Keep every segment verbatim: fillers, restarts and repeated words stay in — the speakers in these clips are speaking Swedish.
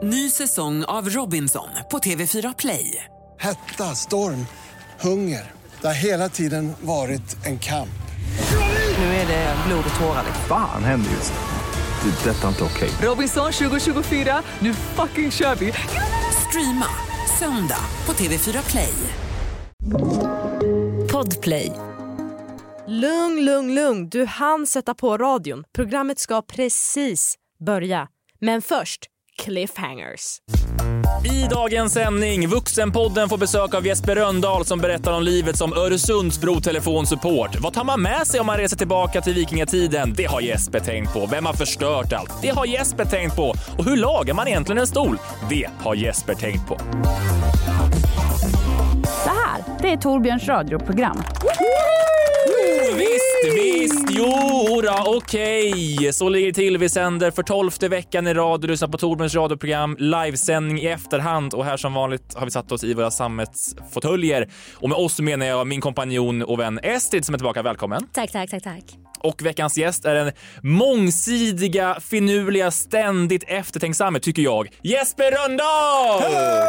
Ny säsong av Robinson på T V fyra Play. Hetta, storm, hunger. Det har hela tiden varit en kamp. Nu är det blod och tårar. Fan händer just det. Det är detta inte okej. Robinson tjugo tjugofyra, nu fucking kör vi. Streama söndag på T V fyra Play. Podplay. Lugn, lugn, lugn. Du hann sätta på radion. Programmet ska precis börja. Men först, cliffhangers. I dagens sändning, Vuxenpodden får besök av Jesper Rönndahl som berättar om livet som Öresundsbro telefonsupport. Vad tar man med sig om man reser tillbaka till vikingatiden? Det har Jesper tänkt på. Vem har förstört allt? Det har Jesper tänkt på. Och hur lagar man egentligen en stol? Det har Jesper tänkt på. Det här, det är Torbjörns radioprogram. Oh, visst, visst, jo, okej. Okay. Så ligger det till. Vi sänder för tolfte veckan i rad. Du lyssnar på Torbjörns radioprogram, livesändning i efterhand. Och här som vanligt har vi satt oss i våra sammetsfåtöljer. Och med oss menar jag min kompanjon och vän Estrid som är tillbaka. Välkommen. Tack, tack, tack, tack. Och veckans gäst är den mångsidiga, finurliga, ständigt eftertänksamma, tycker jag, Jesper Rönndahl!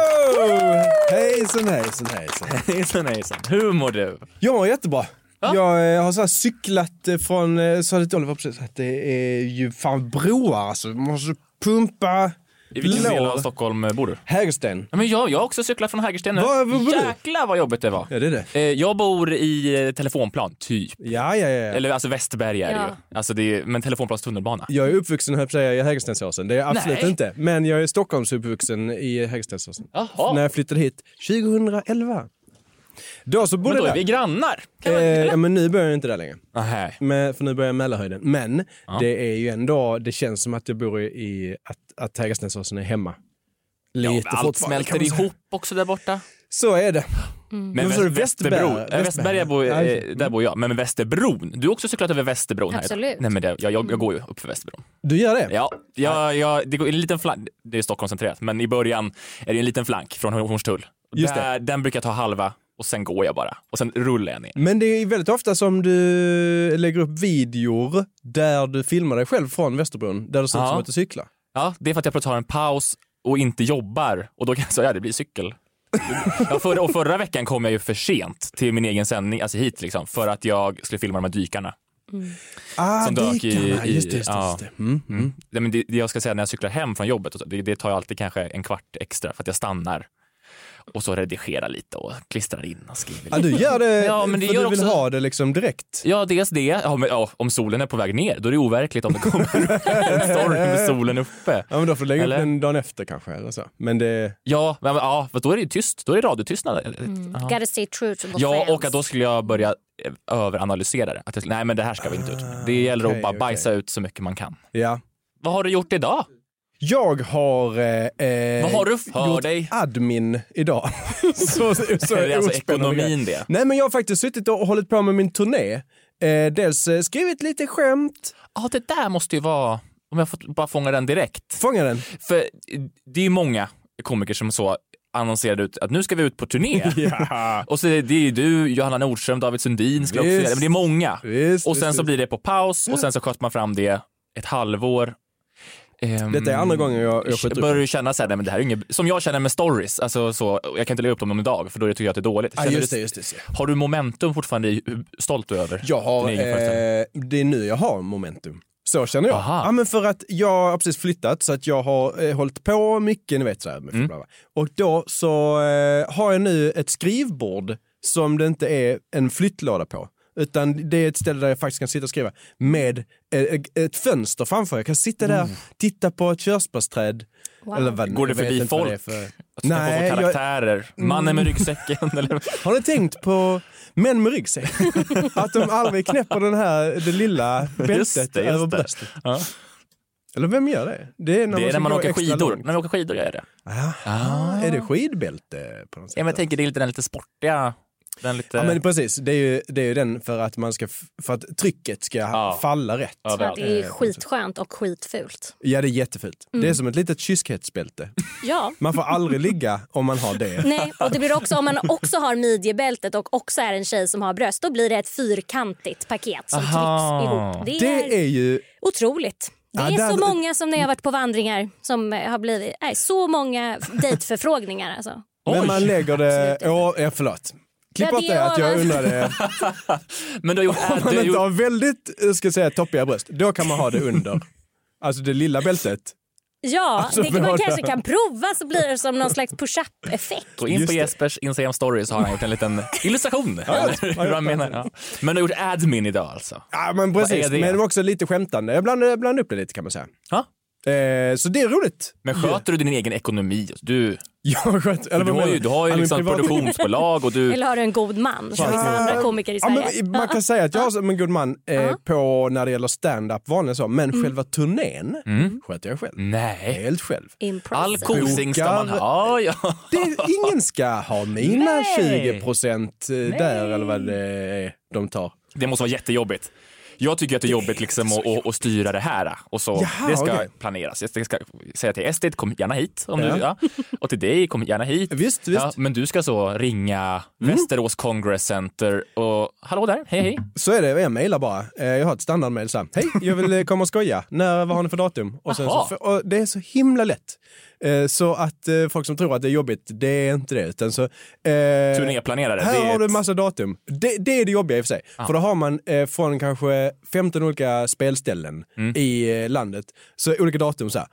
Oh! Hejsan, hejsan, hejsan. Hejsan, hejsan. Hur mår du? Jag mår jättebra. Va? Jag har så här cyklat från, så det Oliver precis att det är ju fan broar alltså. Man måste pumpa. I vilken del av Stockholm bor du? Hägersten. Ja, men jag, jag har också cyklat från Hägersten nu. Var, var, var Jäklar vad jobbigt det var. Ja, det är det. Eh, jag bor i telefonplan, typ. Ja, ja, ja. Eller alltså Västerberg är det Ja. ju. Alltså det är, men telefonplans tunnelbana. Jag är uppvuxen, höll på säga, i Hägerstensåsen. Det är jag absolut Nej. inte. Men jag är Stockholms uppvuxen i Hägerstensåsen. Jaha. När jag flyttade hit tjugohundraelva. Då så bodde Men då är där. vi grannar. Eh, ja, men nu börjar jag inte där längre. Aha. Men, för nu börjar jag Mälarhöjden. Men Ja. det är ju ändå, det känns som att jag bor i, i att, att Hägerstensåsen är hemma. Lite Ja, allt smälter ihop också där borta. Så är det. Men Men Väst, så är det Västerbro, Västerberg. äh, Västerberg bor, Ja, eh, där bor jag. Men med Västerbron, du har också cyklat över Västerbron här idag. Absolut. Nej men det, jag, jag, jag går ju upp för Västerbron. Du gör det? Ja, jag, jag, det går en liten flank, det är Stockholmscentrerat, men i början är det en liten flank från Hornstull. Just Där, den brukar ta halva och sen går jag bara. Och sen rullar jag ner. Men det är väldigt ofta som du lägger upp videor där du filmar dig själv från Västerbron, där du ser ut Ja. som att du cyklar. Ja, det är för att jag tar en paus och inte jobbar. Och då kan jag säga, ja det blir cykel. Ja, förra, och förra veckan kom jag ju för sent till min egen sändning, alltså hit liksom, för att jag skulle filma de här dykarna. Mm. Ah, Som dök i- dykarna. i- Just det, just det. ja. Just det. Mm, mm. Det, men det, det jag ska säga när jag cyklar hem från jobbet, och så, det, det tar jag alltid kanske en kvart extra för att jag stannar. Och så redigerar lite och klistrar in och skriver lite. Ja, du gör det, Ja, men det för gör du vill också- ha det liksom direkt. Ja, dels det. Ja, men, ja, om solen är på väg ner, då är det overkligt om det kommer en storm med solen uppe. Ja, men då får du lägga Eller? upp den dagen efter kanske. Eller så. Men det... Ja, men, ja, för då är det ju tyst. Då är det radiotystnad. Mm. Ja. Gotta stay true to the Ja, fans. och att då skulle jag börja eh, överanalysera det. Att jag, nej, men det här ska vi inte ut med. Det gäller okej, att bara okej. bajsa ut så mycket man kan. Ja. Vad har du gjort idag? Jag har... Eh, eh, Vad har du för gjort dig? admin idag. så, så är det alltså ospännande ekonomin grej. det? Nej, men jag har faktiskt suttit och hållit på med min turné. Eh, dels eh, skrivit lite skämt. Ja, det där måste ju vara... Om jag får bara fånga den direkt. Fånga den. För det är ju många komiker som så annonserade ut att nu ska vi ut på turné. Ja. Och så är det ju du, Johanna Nordström, David Sundin skulle också Visst. göra det. Men det är många. Visst, Och sen visst, så visst. blir det på paus och sen så sköt man fram det ett halvår. Ehm, Detta är andra gången jag, jag skjuter börjar upp. du känna så här, nej, men det här är inget, som jag känner med stories, alltså så, jag kan inte lägga upp dem idag för då tycker jag att det är dåligt. Ja, Känner just du, det, just det. just det. Har du momentum fortfarande i, hur stolt du är över Jag har, din egen föreställning? eh, det är nu jag har momentum. Så känner jag. Aha. Ja, men för att jag har precis flyttat så att jag har eh, hållit på mycket, ni vet så här. Med Mm. Och då så eh, har jag nu ett skrivbord som det inte är en flyttlåda på. Utan det är ett ställe där jag faktiskt kan sitta och skriva med ett, ett fönster framför. Jag kan sitta där, titta på ett körsbärsträd. Wow. Eller vad, Går det jag vet förbi inte vad det är folk? för... Att Nej, Nej, på jag- karaktärer, mannen med ryggsäcken eller... Har ni tänkt på män med ryggsäck? Att de aldrig knäpper den här, det lilla bältet Just det, just över det. bröstet. Ja. Eller vem gör det? Det är när Det är ska när man gå åker extra skidor. långt. När man åker skidor är det. Ah, är det skidbälte på något sätt? Ja, men jag tänker det är lite den lite sportiga, den lite... Ja, men precis. Det är ju, det är ju den för att man ska, för att trycket ska Ja. falla rätt. Ja, Så att det är Eh, skitskönt och skitfult. Ja, det är jättefult. Det är som ett litet kyskhetsbälte. Ja. Man får aldrig ligga om man har det. Nej, och det blir också, om man också har midjebältet och också är en tjej som har bröst, då blir det ett fyrkantigt paket som Aha. trycks ihop. Det är, Det är ju... otroligt. Det är Ja, där- så många som när jag har varit på vandringar som har blivit, nej, så många dejtförfrågningar alltså. Men Oj. man lägger det... Absolut inte. Åh, ja, förlåt. Klipp Ja, bort det det att jag var- undrade... Men du har gjort... Om du man har inte gjort har väldigt, jag ska säga, toppiga bröst, då kan man ha det under. Alltså det lilla bältet. Ja, Alltså, det man vadå? kanske kan prova så blir det som någon slags push-up-effekt. Gå in Just på det. Jespers Instagram story så har han gjort en liten illustration. eller hur han menar. Ja. Men du har gjort admin idag alltså? Ja, men Vad precis. är det? Men också lite skämtande. Jag blandar, blandar upp det lite kan man säga. Ja. Eh, så det är roligt. Men sköter du din egen ekonomi? Du, Jag sköt, eller du vad har ju, menar du har ju Ja, min liksom privat- produktionsbolag och du... Eller har du en god man som vissa andra komiker i Ja, Sverige? men, man kan säga att jag har som en god man eh, på när det gäller stand-up vanligt så, men själva turnén sköter jag själv. Nej. Helt själv. Impressive. All kosing ska man Bokar- ha. Ja. Det, ingen ska ha mina Nej. tjugo procent där eller vad det är de tar. Det måste vara jättejobbigt. Jag tycker att det är jobbigt liksom att, att, att styra det här. Och så, Jaha, det ska okej. planeras. Jag ska säga till Estate, kom gärna hit. Om Ja. du, ja. Och till dig, kom gärna hit. Visst, visst. Ja, men du ska så ringa Västerås Congress Center och hallå där, hej hej. Så är det, jag mejlar bara. Eh, Jag har ett standardmejl så här. Hej, jag vill eh, komma och skoja. När, vad har ni för datum? Och sen så, Aha. för, och det är så himla lätt. Eh, Så att eh, folk som tror att det är jobbigt, det är inte det. Utan så, eh, Turnéplanerare. här det är har du ett- massa datum. Det, det är det jobbiga i och för sig. För då har man eh, från kanske femton olika spelställen Mm. i eh, landet. Så olika datum så här.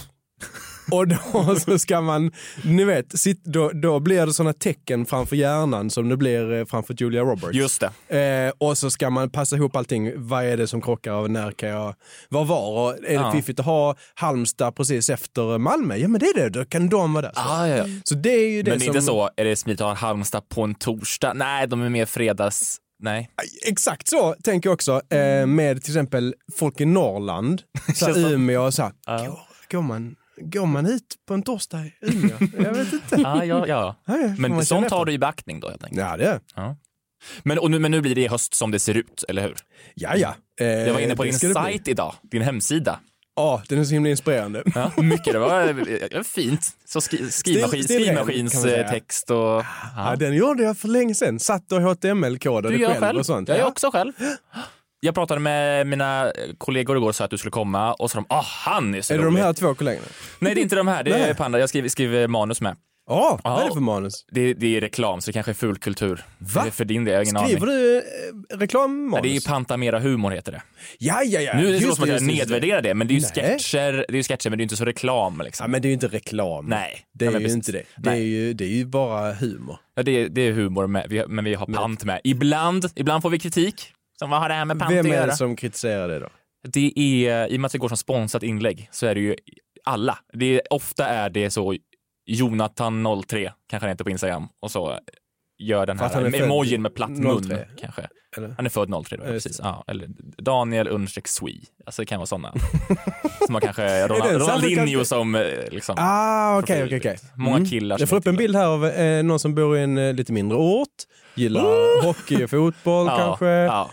Och då så ska man, ni vet, sitt, då, då blir det såna tecken framför hjärnan som det blir eh, framför Julia Roberts. Just det. Eh, och så ska man passa ihop allting. Vad är det som krockar och när kan jag... Var var? Och är det Ja. fiffigt att ha Halmstad precis efter Malmö? Ja men det är det, då kan de vara där. Så, Ah, ja, ja. så det är ju det Men det är som... inte så, är det smidigt att ha Halmstad på en torsdag? Nej, de är mer fredags. Nej. Exakt så tänker jag också eh, med till exempel folk i Norrland, så Känns här, som- Umeå och så här, Ja. går, går, man, går man hit på en torsdag i Umeå? Jag vet inte. Ah, ja, ja. Ja, ja, får man Men känna sånt tar efter. du i beaktning då helt enkelt. Ja, det är Ja. Men, och nu, men nu blir det i höst som det ser ut, eller hur? Ja, ja. Eh, Jag var inne på det din ska det bli. sajt idag, din hemsida. Ja, den är så himla inspirerande. Ja, mycket, det var eh, fint. Så skri, skrivmaskin, Stil- stilren, skrivmaskins kan man säga. eh, text och... Ja. Ja. Den gjorde jag för länge sedan. Satt och H T M L-kodade Du gör själv, själv. och sånt. Jag gör Ja. också själv. Jag pratade med mina kollegor igår och sa att du skulle komma och så de, ah, han är så Är det de rolig. här två kollegorna? Nej, det är inte de här, det är Nej. på andra. Jag skriver, skriver manus med. Ja, vad är Ja. det för manus? Det, det är reklam, så det kanske är fulkultur. Va? Det är för din del, jag har ingen Skriver aning. du eh, reklammanus? Nej, det är ju Pantamera humor heter det. Ja, ja, ja. Nu är det Just så som att jag just just nedvärderar det, men det är ju Nej. sketcher, det är ju sketcher men det är ju inte så reklam liksom. Ja, men det är ju inte reklam. Nej. Det Ja, är men ju precis. inte det. Det är Nej. ju, det är ju bara humor. Ja, det, är, det är humor, med, vi, men vi har pant med. Ibland, ibland får vi kritik. Som vad har det här med pant Vem att är göra? det som kritiserar det då? Det är, i och med att det går som sponsrat inlägg så är det ju alla. Det är, ofta är det så Jonathan noll tre, kanske han heter på Instagram, och så gör den För att han är här född emojin med platt noll mun tre. kanske. Eller? Han är född noll tre då, Ja, just precis. Ja, eller Daniel understreck Sui. Alltså det kan vara sådana. som har kanske det Ronald, en Ronaldinho sann- som eh, liksom. Ah, okej, profil. okej, okej. Många killar Jag som får upp en heter bild här av eh, någon som bor i en eh, lite mindre ort. Gillar hockey och fotboll Ja, kanske. ja.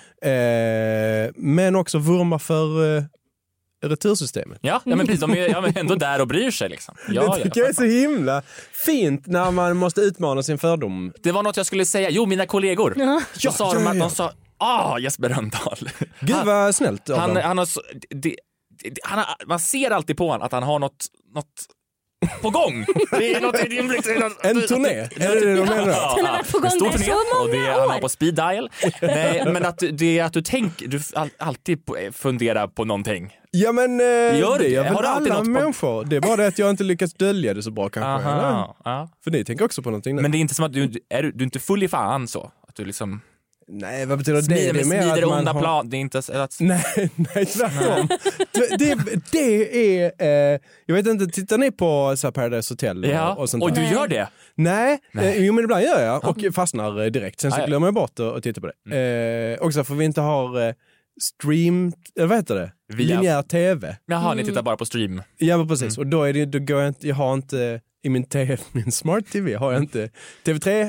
Eh, men också vurmar för eh, retursystemet. Ja, ja, men precis. De är ja, men ändå där och bryr sig liksom. Ja, det ja, tycker jag är så himla fint när man måste utmana sin fördom. Det var något jag skulle säga. Jo, mina kollegor. Ja. Då sa ja, de ja, att ja. de sa, ah, Jesper Rönndahl. Gud Han- vad snällt av Han, dem. han har så, det, det, han har, man ser alltid på honom att han har något, något på gång. Det är något, det är något, En turné, är det det de menar? Ja, Den har varit på gång en stor där turné, så många och det, han har år. på speed dial. Nej, men att det är att du tänker, du all, alltid på, funderar på någonting. Ja men eh, Gör det det? gör Har väl du alltid alla något på- människor. Det är bara det att jag inte lyckats dölja det så bra kanske. eller? Aha, ja. För ni tänker också på någonting. Men det är inte som att du, är du, du är inte full i fan så. Att du liksom Nej, vad betyder det? smider Det är med mer smider att man onda har- plan. Det är inte så att... Nej, nej tvärtom. det, det är, eh, jag vet inte, tittar ni på så här Paradise Hotel och, Ja, och sånt och där? du gör det? Nej, Nej. Eh, jo men ibland gör jag och fastnar eh, direkt. Sen så Ah, ja. glömmer jag bort att, att titta på det. Eh, också för vi inte har eh, stream, eh, vad heter det? Via- Linjär tv. Jaha, ni tittar bara på stream. Ja men precis, och då, är det, då går jag inte, jag har inte, i min, tv, min smart tv har jag inte T V tre,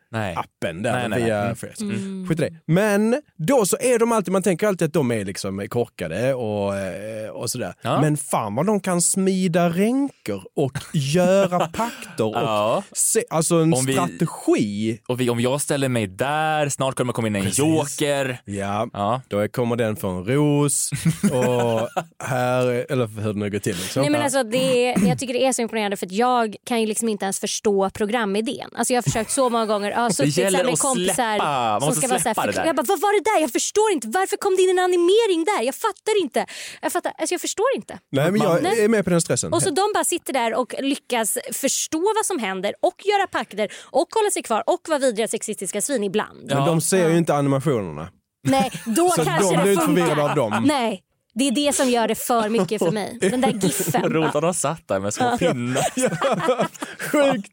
Nej. appen där nej, nej, via nej. Fresh. Mm. Skit i det. Men då så är de alltid, man tänker alltid att de är liksom korkade och, och sådär. Ja. Men fan vad de kan smida ränkor och göra pakter och Ja. se, alltså en Om vi- strategi. Och vi, om jag ställer mig där, snart kommer det komma in en Precis. joker. Ja, Ja. då kommer den från ros och här, eller hur det nu går till. Liksom. Nej, men alltså, det är, jag tycker det är så imponerande för att jag kan ju liksom inte ens förstå programidén. Alltså jag har försökt så många gånger. Jag har suttit så här gäller med att kompisar släppa. Man som måste ska vara så här, släppa det där. jag bara, vad var det där? Jag förstår inte. Varför kom det in en animering där? Jag fattar inte. Jag fattar, alltså jag förstår inte. Nej, men jag Nej. är med på den stressen. Och så de bara sitter där och lyckas förstå vad som händer och göra pakter och hålla sig kvar och vara vidriga sexistiska svin ibland. Men de ser ju inte animationerna. Nej, då Så kanske de det blir funkar. förvirrade av dem. Nej, det är det som gör det för mycket för mig. Den där giffen. Vad roligt att de satt där med små pinnar. Sjukt.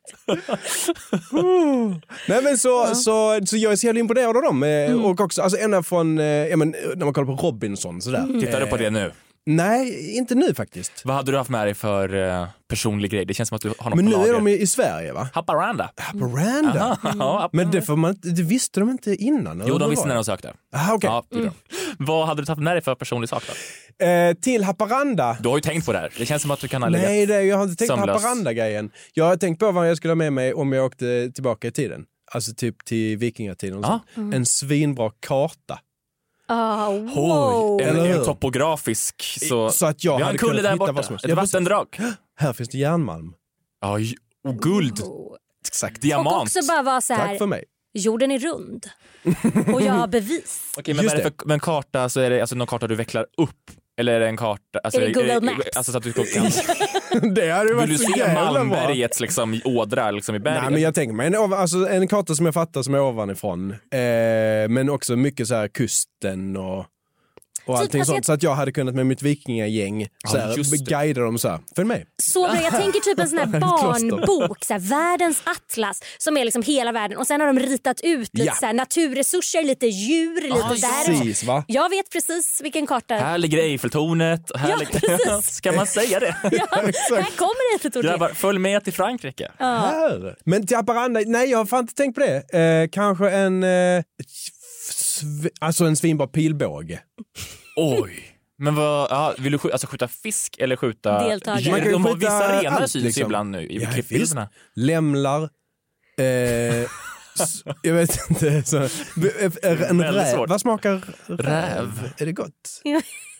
Nej men så, så, så jag är så jävla imponerad av dem. Mm. Och också, alltså ända från, eh, ja, men, när man kollar på Robinson sådär. Mm. Tittar du på det nu? Nej, inte nu faktiskt. Vad hade du haft med dig för uh, personlig grej? Det känns som att du har något Men på nu lager. är de i, i Sverige va? Haparanda. Haparanda? Mm. Ja, Men det, får man, inte- det visste de inte innan? Jo, de visste när de sökte. Aha, okay. Ja, mm. Vad hade du tagit med dig för personlig sak då? eh, Till Haparanda. Du har ju tänkt på det här. Det känns som att du kan ha legat Nej, det, jag har inte tänkt på sömnlös. Haparanda-grejen. Jag har tänkt på vad jag skulle ha med mig om jag åkte tillbaka i tiden. Alltså typ till vikingatiden. Och så. Mm. En svinbra karta. Oh, wow. En, Eller hur? en topografisk. Så, Så att jag vi har hade en kulle kunnat där hitta borta. vad som helst. Ett Ja, precis. vattendrag. Här finns det järnmalm. Ja, och guld. Exakt. Och Diamant. också bara vara så Tack här, för mig. jorden är rund. Och jag har bevis. Okej, men Just vad är det för en karta? Så är det alltså någon karta du vecklar upp? Eller är det en karta? Alltså, Är det Google Maps? Alltså så att du kan... Det hade Vill varit du så se jävla bra. Malmbergets liksom, ådra liksom, i berget? Nej, men jag tänker mig en, ov- alltså, en karta som jag fattar som är ovanifrån. Eh, men också mycket så här kusten och, och allting alltså, sånt. jag- Så att jag hade kunnat med mitt vikingagäng så här, just det. guida dem så här. Följ med. Så bra. Jag tänker typ en sån här barnbok, så här, världens atlas som är liksom hela världen och sen har de ritat ut lite Ja. så här, naturresurser, lite djur, lite där. Precis va? Jag vet precis vilken karta. Här ligger Eiffeltornet. Här Ja, ligger... precis. Ska man säga det? Ja, här kommer det ett ord. Grabbar, följ med till Frankrike. Här. Men till Haparanda, nej jag har fan inte tänkt på det. Eh, kanske en, eh, sv- alltså en svinbra pilbåge. Oj. Men vad, ja, vill du skjuta, alltså skjuta fisk eller skjuta... Deltagare. Man kan ju De har skjuta vissa renar allt, syns liksom. ibland nu i Ja, klippbilderna. Lämlar. Eh, s- jag vet inte. Så, en Väldigt räv. svårt. Vad smakar räv? Räv. Är det gott? Ja.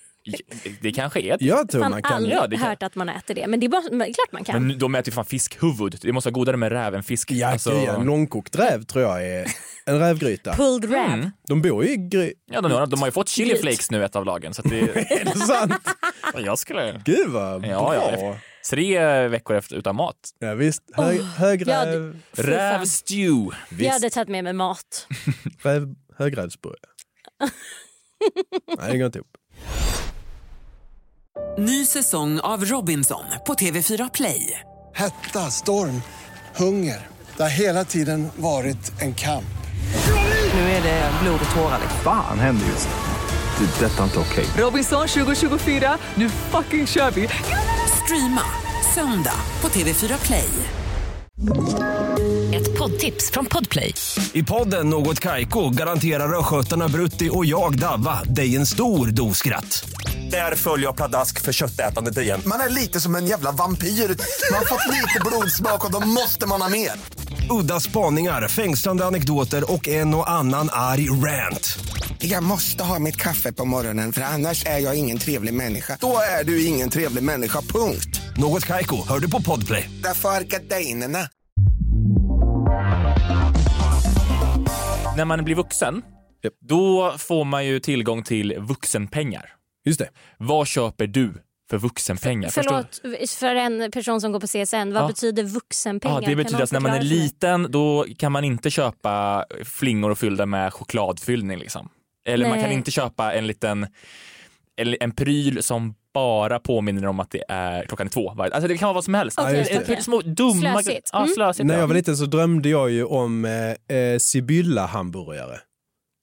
Det kanske är... Jag tror Fan, man kan. aldrig Ja, det kan- hört att man äter det, men det är bara, men klart man kan. Men de äter ju fan fiskhuvud. Det måste vara godare med räv än fisk. Ja, Alltså- ja, en långkokt räv tror jag är en rävgryta. Pulled räv. Mm. De bor ju i gry... Ja, de, har- de har ju fått chili flakes nu, ett av lagen. Så att det, Är det sant? jag skulle... Gud vad Ja, bra. ja. Tre veckor efter, utan mat. Ja, visst. Hög, högräv. Fy fan. Rävstew. Jag hade tagit med mig mat. Räv, högrävsburgare. Nej, det går inte ihop. Ny säsong av Robinson på T V fyra Play. Hetta, storm, hunger. Det har hela tiden varit en kamp. Nu är det blod och tårar. Fan händer just det. Det är detta inte okej. Robinson tjugo tjugofyra, nu fucking kör vi! Streama söndag på T V fyra Play. Ett poddtips från Podplay. I podden Något Kaiko garanterar östgötarna Brutti och jag Davva dig en stor dos skratt. Där följer jag pladask för köttätandet igen. Man är lite som en jävla vampyr. Man har fått lite blodsmak och då måste man ha mer. Udda spaningar, fängslande anekdoter och en och annan arg rant. Jag måste ha mitt kaffe på morgonen för annars är jag ingen trevlig människa. Då är du ingen trevlig människa, punkt. Något Kaiko, hör du på Podplay. Därför är gardinerna. När man blir vuxen, då får man ju tillgång till vuxenpengar. Just det. Vad köper du för vuxenpengar? Förlåt, för en person som går på C S N, vad Ja. betyder vuxenpengar? Ja, det Kan betyder någon att när man är förklara för mig? liten, då kan man inte köpa flingor och fyllda med chokladfyllning liksom. Eller man Nej. kan inte köpa en liten en, en pryl som bara påminner om att det är klockan är två. Alltså det kan vara vad som helst. Okej, Ja, just det. okej. Små dumma Slösigt. Ja, Mm. slösigt. När ja. jag var liten så drömde jag ju om eh, eh, Sibylla hamburgare.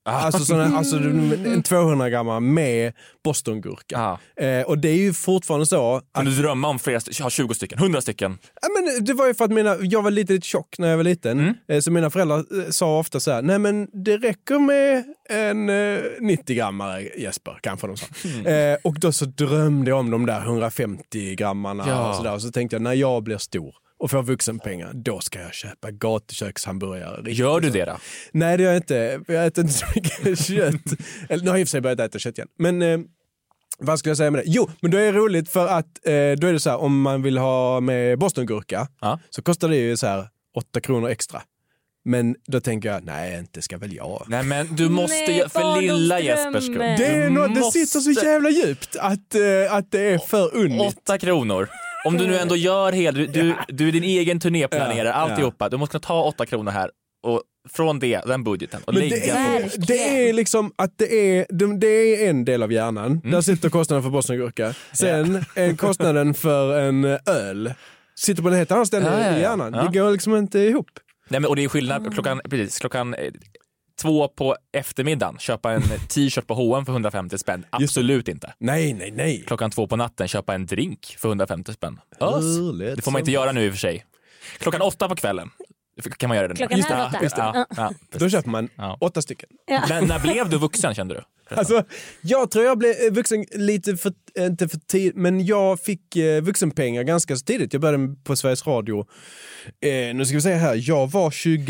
Alltså, såna, alltså en tvåhundra grammar med bostongurka. Eh, och det är ju fortfarande så... Att, kan du drömma om flera, ha tjugo stycken, hundra stycken? Ja, men det var ju för att mina, jag var lite, lite tjock när jag var liten. Mm. Eh, så mina föräldrar sa ofta så här: nej men det räcker med en eh, nittio grammare Jesper, kanske de sa. Mm. Eh, och då så drömde jag om de där hundrafemtio grammarna ja. och sådär. Och så tänkte jag, när jag blir stor och får vuxenpengar, då ska jag köpa gatukökshamburgare. Gör du det då? Nej, det gör jag inte. Jag äter inte så mycket kött. Eller nu har jag i och för sig börjat äta kött igen. Men eh, vad skulle jag säga med det? Jo, men då är det roligt för att eh, då är det så här, om man vill ha med bostongurka ja. så kostar det ju så här åtta kronor extra. Men då tänker jag, nej, inte ska väl jag. Nej, men du måste nej, för lilla Jespers skull. Det, är något, det sitter så jävla djupt att, uh, att det är för unnigt. Åtta kronor. Om du nu ändå gör helt, du, du, du är din egen turnéplanerare, ja, alltihopa. Ja. Du måste kunna ta åtta kronor här och från det, den budgeten och lägga det är, på. Det är liksom att det är, det är en del av hjärnan. Mm. Där sitter kostnaden för bostongurka. Sen ja. är kostnaden för en öl. Sitter på en helt annan ställe ja, ja, ja. i hjärnan. Ja. Det går liksom inte ihop. Nej, men, och det är skillnad klockan, precis, klockan två på eftermiddagen köpa en t-shirt på H och M för hundrafemtio spänn. Absolut inte. Nej, nej, nej. Klockan två på natten köpa en drink för hundrafemtio spänn. Ös. Det får man inte göra nu i och för sig. Klockan åtta på kvällen kan man göra det. Klockan är åtta. Just det. Ja, ja, då köper man ja. åtta stycken. Ja. Men när blev du vuxen, kände du? Alltså, jag tror jag blev vuxen lite för, inte för tidigt, men jag fick eh, vuxenpengar ganska tidigt. Jag började på Sveriges Radio. Eh, nu ska vi säga här, jag var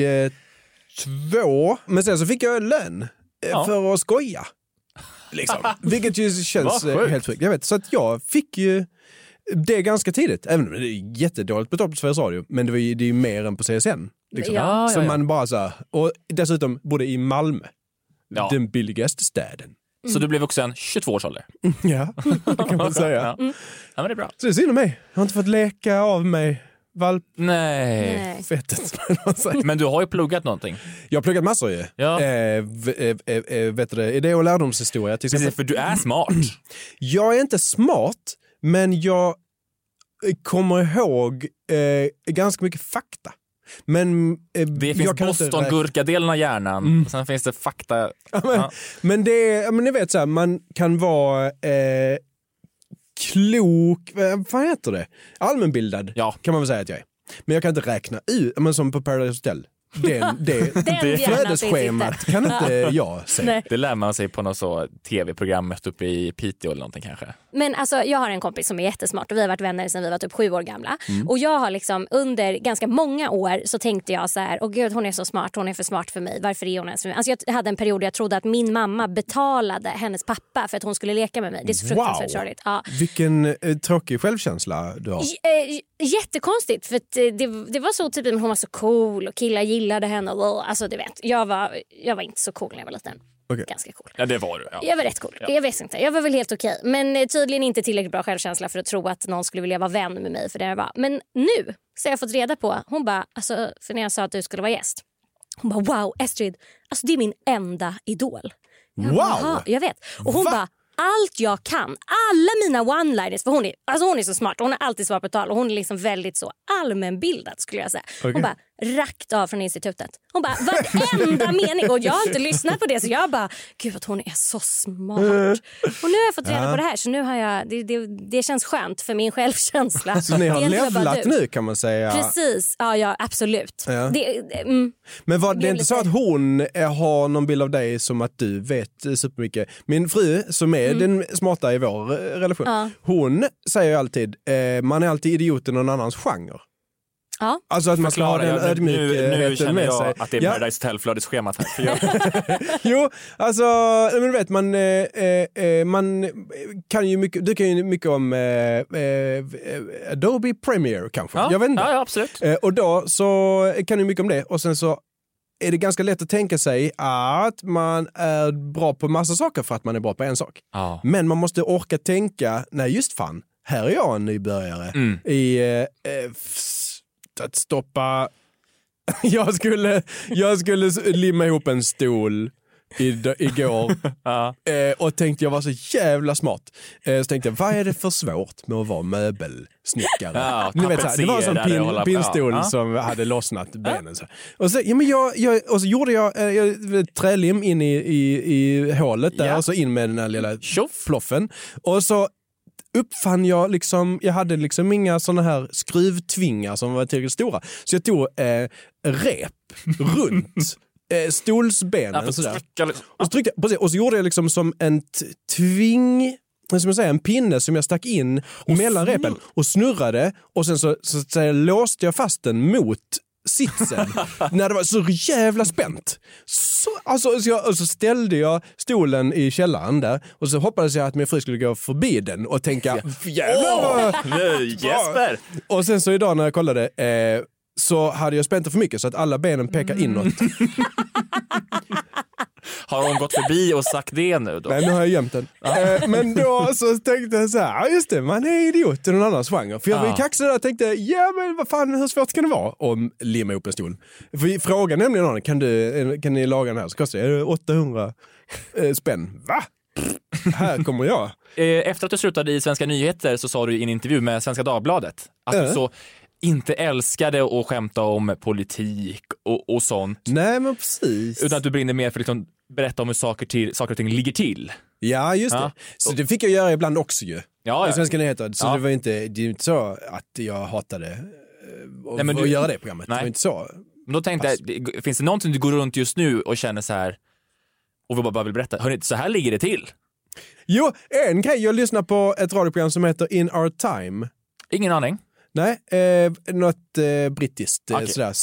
tjugotvå, men sen så fick jag lön eh, ja. för att skoja. Liksom. Vilket ju känns eh, helt sjukt. Jag vet, så att jag fick ju det ganska tidigt. Även om det är jättedåligt betalt på Sveriges Radio, men det, var ju, det är ju mer än på C S N. Liksom. Ja, så ja, ja. man bara så här, och dessutom bodde i Malmö. Ja. Den billigaste städen. Så du blev vuxen tjugotvå års ålder? Ja, det kan man säga. Ja. Mm. Ja, men det är bra. Så det är synd om mig. Jag har inte fått leka av mig valp... Nej. Nej. Fettet. Men du har ju pluggat någonting. Jag har pluggat massor ju. Ja. Eh, v- eh, eh, vet du det? Idé- och lärdomshistoria till exempel. Precis, för du är smart. Jag är inte smart, men jag kommer ihåg eh, ganska mycket fakta. Men eh, det finns bostongurka-delen av hjärnan. Mm. Sen finns det fakta. Ja, men, ja. men det är, men ni vet så här, man kan vara eh, klok, vad fan heter det? Allmänbildad, ja. kan man väl säga att jag är. Men jag kan inte räkna ut, men som på Paradise Hotel. Det, det, det flödesschemat kan inte jag säga. Nej. Det lär man sig på något så tv-programmet uppe i Piteå eller någonting kanske. Men alltså, jag har en kompis som är jättesmart och vi har varit vänner sedan vi var typ sju år gamla. Mm. Och jag har liksom under ganska många år så tänkte jag så här, åh gud, hon är så smart, hon är för smart för mig. Varför är hon ens för mig? Alltså jag hade en period där jag trodde att min mamma betalade hennes pappa för att hon skulle leka med mig. Det är så fruktansvärt sorgligt. Ja. Vilken eh, tråkig självkänsla du har. J- eh, jättekonstigt, för att det, det var så typ, hon var så cool och killar gillade henne. Och, alltså du vet, jag var, jag var inte så cool när jag var liten. Okay. Ganska cool. Ja, det var du. Ja. Jag var rätt cool. Ja. Jag vet inte. Jag var väl helt okej. Men tydligen inte tillräckligt bra självkänsla för att tro att någon skulle vilja vara vän med mig för det jag var. Men nu så har jag fått reda på. Hon bara, alltså, för när jag sa att du skulle vara gäst. Hon bara, wow, Estrid. Alltså det är min enda idol. Jag wow! Bara, jag vet. Och hon bara, allt jag kan, alla mina one-liners, för hon är, alltså hon är så smart, hon har alltid svar på tal och hon är liksom väldigt så allmänbildad skulle jag säga. Okay. Hon bara rakt av från institutet. Hon bara, varenda mening, och jag har inte lyssnat på det så jag bara, gud att hon är så smart. Och nu har jag fått reda på det här så nu har jag, det, det, det känns skönt för min självkänsla. Så ni har levlat nu kan man säga. Precis, ja, ja absolut. Ja. Det, mm, Men var det är inte så att hon har någon bild av dig som att du vet supermycket? Min fru som är mm. den smarta i vår relation, ja. hon säger ju alltid, eh, man är alltid idiot i någon annans genre. Ja. Alltså att man ska ha den ödmjukheten nu, nu känner med jag sig. att det är ja. Paradise Hotel-flödesschemat här. För jag... jo, alltså men du vet man, eh, eh, man kan ju mycket, du kan ju mycket om eh, eh, Adobe Premiere kanske. Ja, jag vet inte. Ja, ja, absolut. Eh, och då så kan du mycket om det och sen så är det ganska lätt att tänka sig att man är bra på massa saker för att man är bra på en sak. Ja. Men man måste orka tänka, nej just fan, här är jag en nybörjare mm. i eh, att stoppa jag skulle jag skulle limma ihop en stol i, igår ja. eh, och tänkte jag var så jävla smart. Eh, så tänkte jag, vad är det för svårt med att vara möbelsnickare? Ja, Ni vet, så här, det var en sån pin, hålla, pinstol ja. som hade lossnat benen. Så. Och, så, ja, men jag, jag, och så gjorde jag, eh, jag trälim in i, i, i hålet där, ja. Och så in med den här lilla Tjoff. ploffen. Och så uppfann jag liksom, jag hade liksom inga såna här skruvtvingar som var tillräckligt stora. Så jag tog eh, rep runt eh, stolsbenen. Ja, och, sådär. Ja. Och, så tryckte, precis, och så gjorde jag liksom som en t- tving, som jag säger, en pinne som jag stack in och mellan snurr. repen och snurrade. Och sen så, så, så, så låste jag fast den mot sitsen när det var så jävla spänt. Så, alltså, så, jag, och så ställde jag stolen i källaren där och så hoppades jag att min fru skulle gå förbi den och tänka jävlar! Oh, Jesper! Och sen så idag när jag kollade eh, så hade jag spänt det för mycket så att alla benen pekar inåt. Har hon gått förbi och sagt det nu då? Nej, nu har jag gömt den. eh, men då så tänkte jag så här, ja just det, man är idiot i någon annan svanger. För jag var ju kaxig där och tänkte, ja men vad fan, hur svårt kan det vara om limma ihop en stol? För frågan nämligen någon, kan, du, kan ni laga den här? Så kostar det åttahundra eh, spänn. Va? Här kommer jag. Efter att du slutade i Svenska nyheter så sa du i en intervju med Svenska Dagbladet att äh. du så inte älskade att skämta om politik och, och sånt. Nej, men precis. Utan att du brinner mer för att liksom berätta om hur saker, till, saker och ting ligger till. Ja, just det. Ja. Så det fick jag göra ibland också ju. Ja, ja. I Svenska nyheter. Så ja. det var inte, det är inte så att jag hatade att, Nej, men du, att göra det programmet. Nej. Det var inte så. Men då tänkte jag, finns det någonting du går runt just nu och känner så här och vi bara vill berätta, hörni, så här ligger det till? Jo, en grej. Jag lyssnar på ett radioprogram som heter In Our Time. Ingen aning. Nej, eh, något eh, brittiskt okay. sådär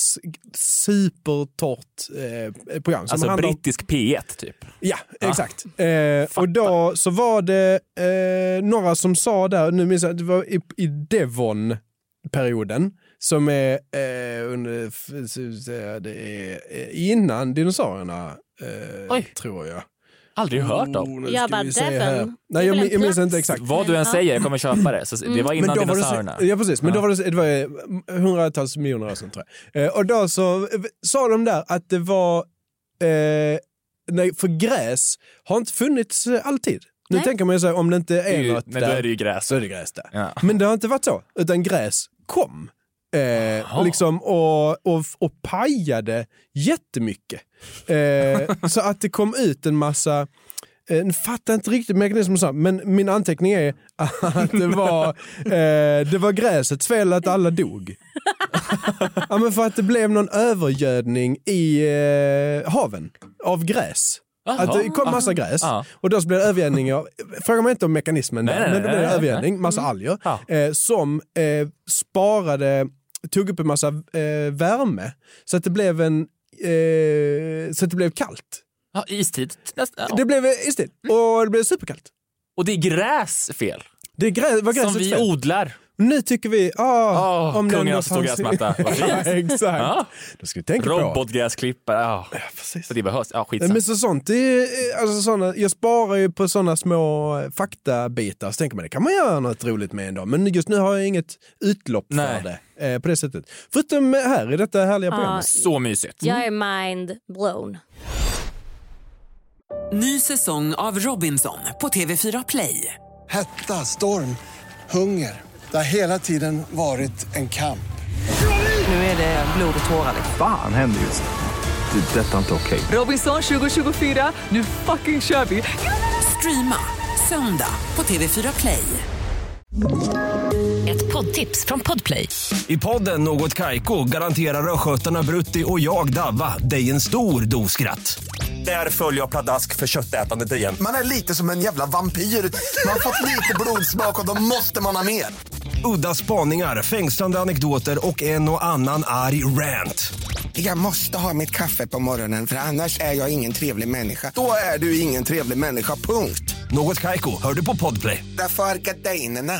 supertorrt eh, program. Som alltså brittisk om... P ett typ? Ja, exakt. Ah. Eh, och då så var det eh, några som sa där, nu minns jag, det var i, i Devon-perioden som är, eh, under, det är innan dinosaurierna, eh, tror jag. Aldrig hört om. Oh, jag bara, Devon. Nej, jag, jag minns inte exakt. Vad du än säger, jag kommer köpa det. Så mm. Det var innan dinosaurierna. Ja, precis. Men ja. då var det, det var hundratals miljoner år sedan, tror jag. Eh, och då så sa de där att det var... Eh, nej, för gräs har inte funnits alltid. Nu nej. tänker man ju så här, om det inte är, det är ju, något men där... då är det ju gräs. Så är det gräs där. Ja. Men det har inte varit så. Utan gräs kom. Eh, liksom, och, och, och pajade jättemycket. Eh, så att det kom ut en massa... Jag fattar inte riktigt mekanismen så, men min anteckning är att det var, eh, det var gräsets fel att alla dog. Ja, men för att det blev någon övergödning i eh, haven av gräs. Aha, att det kom massa gräs aha. och då så blev det övergödning. Frågar man inte om mekanismen där, nej, nej, men det blev nej, övergödning, massa mm. alger eh, som eh, sparade, tog upp en massa eh, värme så att det blev en eh, så att det blev kallt. Ja, istid. Nästa, ja. Det blev istid. Och det blev superkallt. Och det är gräs fel. Det är grä, var som vi fel. odlar. Nu tycker vi, ah, oh, om kungens stor gräsmatta. Ja, exakt. Ja. Då ska vi tänka på. Robotgräsklippare. Ja, ja, precis. Så det behövs. Ja, skitsamt. Men så sånt, det är, alltså såna, jag sparar ju på såna små faktabitar. Så tänker man, det kan man göra något roligt med en dag. Men just nu har jag inget utlopp Nej. för det. Eh, på det sättet. Förutom här i detta härliga program. Ah, så mysigt. Jag är mind blown. Ny säsong av Robinson på T V fyra Play. Hetta, storm, hunger. Det har hela tiden varit en kamp. Nu är det blod och tårar. Fan händer just det. Det är detta inte okej. Okay. Robinson tjugo tjugofyra, nu fucking kör vi. Streama söndag på T V fyra Play. Ett poddtips från Podplay. I podden Något Kaiko garanterar röskötarna Brutti och jag Davva dig en stor doskratt. Där följer jag pladask för köttätandet igen. Man är lite som en jävla vampyr. Man har fått lite blodsmak och då måste man ha mer. Udda spaningar, fängslande anekdoter och en och annan arg rant. Jag måste ha mitt kaffe på morgonen för annars är jag ingen trevlig människa. Då är du ingen trevlig människa, punkt. Något Kaiko, hör du på Podplay. Därför är gardinerna.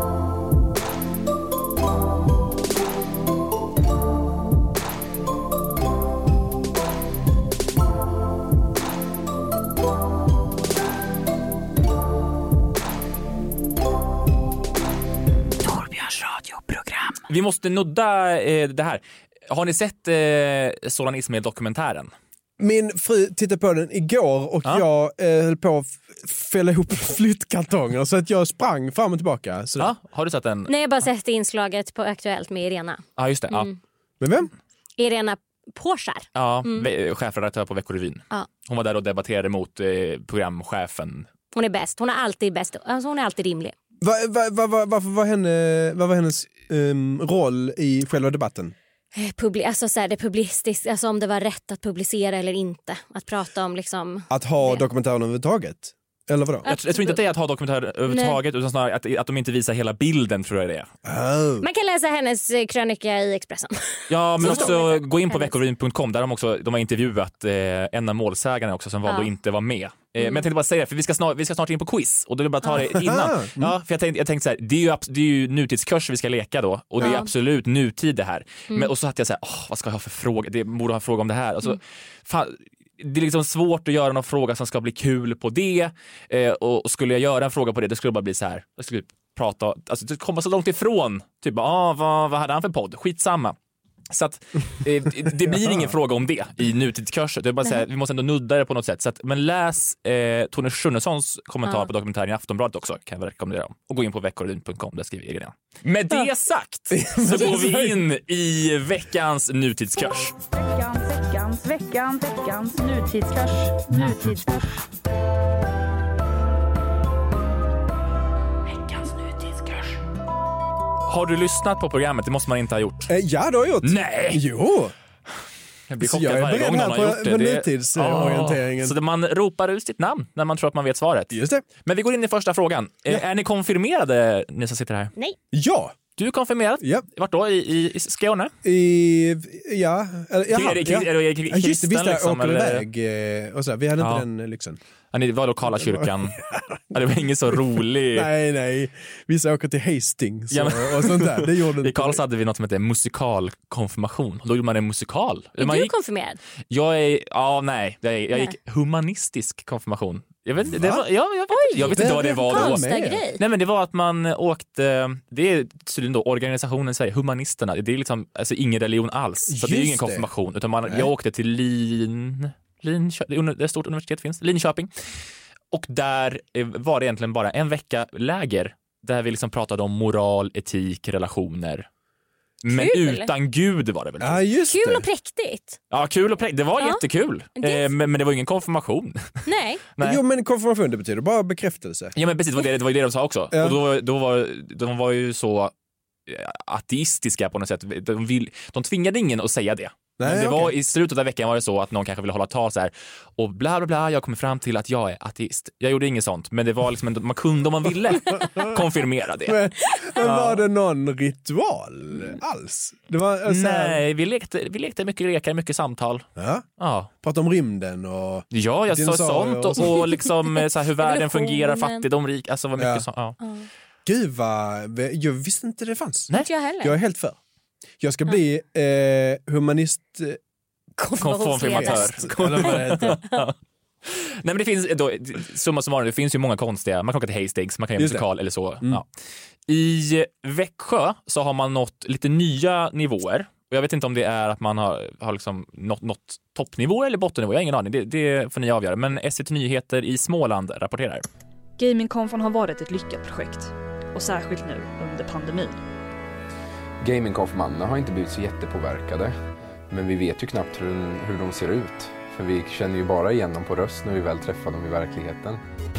Vi måste nudda eh, det här. Har ni sett eh, Soran Ismail-dokumentären? Min fru tittade på den igår och Ja. jag eh, höll på att f- fälla ihop flyttkartonger så att jag sprang fram och tillbaka. Så Ja, har du sett den? Nej, jag har bara sett inslaget på Aktuellt med Irena. Ja, just det. Ja. Mm. Men vem? Irena Påskär. Ja, Mm. ve- chefredaktör på Veckorevyn. Ja. Hon var där och debatterade mot eh, programchefen. Hon är bäst. Hon är alltid bäst. Alltså, hon är alltid rimlig. Va, va, va, va, varför var henne, vad var hennes um, roll i själva debatten? Eh, Publi- alltså så här, det publicistiskt, alltså om det var rätt att publicera eller inte. Att prata om liksom... Att ha det. dokumentären överhuvudtaget? Eller vadå? Jag, jag tror inte att det är att ha dokumentär överhuvudtaget, utan snarare att, att de inte visar hela bilden, tror jag det är. Oh. Man kan läsa hennes eh, krönika i Expressen. Ja, men Så också står det. gå in på Hennes. veckorevyn punkt com. Där de också de har intervjuat eh, en av målsägarna också som valde Ja. att inte vara med. Eh, Men jag tänkte bara säga det, för vi ska, snart, vi ska snart in på quiz och då vill jag bara ta det innan. Mm. Ja, för jag tänkte, jag tänkte så här, det är ju, abs- det är ju nutidskurs vi ska leka då och det är Ja. absolut nutid det här. Mm. Men, och så hade jag så här, åh, vad ska jag ha för fråga? Det borde ha en fråga om det här. Och så, fan, det är liksom svårt att göra någon fråga som ska bli kul på det. Eh, och skulle jag göra en fråga på det, det skulle bara bli så här. Jag skulle prata, alltså det kommer så långt ifrån. Typ, ah, vad, vad hade han för podd? Skitsamma. Så att eh, det blir ingen fråga om det i nutidskurset. Det är bara säga, vi måste ändå nudda det på något sätt. Så att, men läs eh, Tone Schunnessons kommentar Ja. på dokumentären i Aftonbladet också, kan jag rekommendera dem. Och gå in på veckorevyn punkt com, där skriver Irina. Med det sagt så går vi in i veckans nutidskurs. Veckans, veckans, veckans, veckans nutidskurs. Nutidskurs. Veckans nutidskurs. Har du lyssnat på programmet? Det måste man inte ha gjort. Eh, ja, det har jag gjort. Nej! Jo! Jag blir Så chockad jag är varje beredd gång här någon på- har gjort det. på det nutidsorienteringen. Ah, så det man ropar ut sitt namn när man tror att man vet svaret. Just det. Men vi går in i första frågan. Eh, Är ni konfirmerade, ni som sitter här? Nej. Ja! Du är konfirmerad? Ja. Vart då? I, i, i Skåne? I, ja, eller, jaha, Är det- ja. är det- är det Ja, just det, kristen, visst, jag liksom, åker eller? iväg eh, och så. Vi hade Ja. inte den lyxen. Ja, ni var lokala kyrkan. Ja, det var ingen så rolig. Nej, nej. Vissa åker till Hastings Ja, och, men- och sånt där. Det gjorde I inte. Karlstad hade vi något som heter musikalkonfirmation. Då gjorde man en musikal. Är man du gick, konfirmerad? jag är, ja nej, jag, jag Nej. gick humanistisk konfirmation. Jag vet, det var, ja, jag vet, jag vet inte vad det var då. Konstig med. grej. Nej, men det var att man åkte, det är tydligen då organisationen säger, humanisterna, det är liksom alltså ingen religion alls. Så det är ju Just ingen det. konfirmation, utan man, Nej. jag åkte till Lin, Linköping, det är ett stort universitet finns, Linköping. Och där eh, var det egentligen bara en vecka läger där vi liksom pratade om moral, etik, relationer. Men Kul. utan Gud var det väl? Ja, just Kul det. och präktigt. Ja, kul och präktigt. Det var Ja. jättekul. Det- Eh, men, men det var ingen konfirmation. Nej. Nej. Jo, men konfirmation, det betyder bara bekräftelse. Ja, men precis, det var det, det var ju det de sa också. Ja. Och då, då var, de var ju så ateistiska på något sätt. De, vill, de tvingade ingen att säga det. Nej, Men det var, okej. i slutet av veckan var det så att någon kanske ville hålla tal så här och bla bla bla, jag kommer fram till att jag är ateist. Jag gjorde inget sånt, men det var liksom en, man kunde om man ville konfirmera det. Men, men Ja. var det någon ritual alls? Det var alltså, Nej, vi lekte, vi lekte mycket lekar, mycket samtal. Ja, Ja, prata om rymden och... ja jag sa Dinosaurier sånt och, och och liksom eh, så här, hur världen fungerar, Evolutionen. fattigdom, rik, alltså vad mycket Ja. så, ja. Gud vad... Jag visste inte det fanns. Nej. Inte jag heller. Jag är helt för. Jag ska bli eh, humanist... Konfirmatör. Eller vad det heter. Nej, men det finns då, summa summarum, det finns ju många konstiga, man kan åka till Hastings, man kan göra Just det. musikal eller så. Mm. Ja. I Växjö så har man nått lite nya nivåer. Och jag vet inte om det är att man har, har liksom nått, nått toppnivå eller bottennivå, jag har ingen aning, det, det får ni avgöra. Men S V T Nyheter i Småland rapporterar. Gamingkonfon har varit ett lyckat projekt. Och särskilt nu under pandemin. Gamingkonfirmanderna har inte blivit så jättepåverkade. Men vi vet ju knappt hur, hur de ser ut. För vi känner ju bara igen dem på röst när vi väl träffar dem i verkligheten.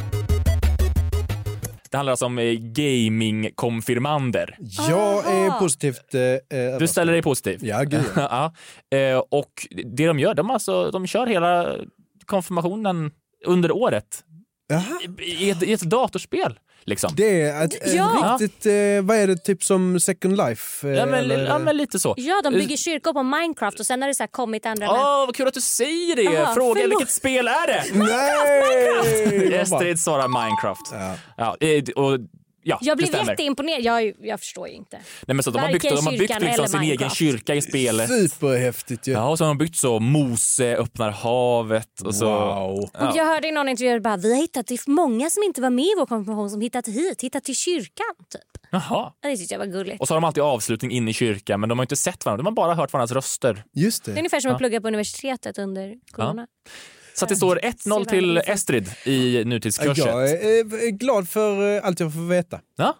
Det handlar alltså om eh, gaming-konfirmander. Jag är positivt... Eh, Du ställer dig positiv? Ja, gud. Ja. Eh, och det de gör, de, alltså, de kör hela konfirmationen under året. Jaha. I ett, i ett datorspel. Liksom. Det är ett, Ja. riktigt... Eh, vad är det? Typ som Second Life? Eh, Ja, men, eller- ja, men lite så. Ja, de bygger kyrkor på Minecraft och sen har det så här kommit andra... Åh, vad kul att du säger det! Aha, Fråga förlåt. vilket spel är det? Nej! Estrid svarar Minecraft. Ja. Ja, eh, och Ja, jag blev det stämmer. jätteimponerad. Jag, jag förstår ju inte. Nej, men så de har byggt, de har byggt liksom sin egen kyrka i spelet. Superhäftigt ju. Ja, och så har de byggt så Mose öppnar havet och så. Wow. Ja. Och jag hörde i någon intervju bara, vi har hittat, det är många som inte var med i vår konfirmation som hittat hit, hittat till kyrkan typ. Jaha. Det tyckte jag var gulligt. Och så har de alltid avslutning in i kyrkan, men de har inte sett varandra, de har bara hört varandras röster. Just det. Det är ungefär som Ja. att plugga på universitetet under corona. Ja. Så att det står ett noll till Estrid i nutidskurset. Jag är glad för allt jag får veta. Ja.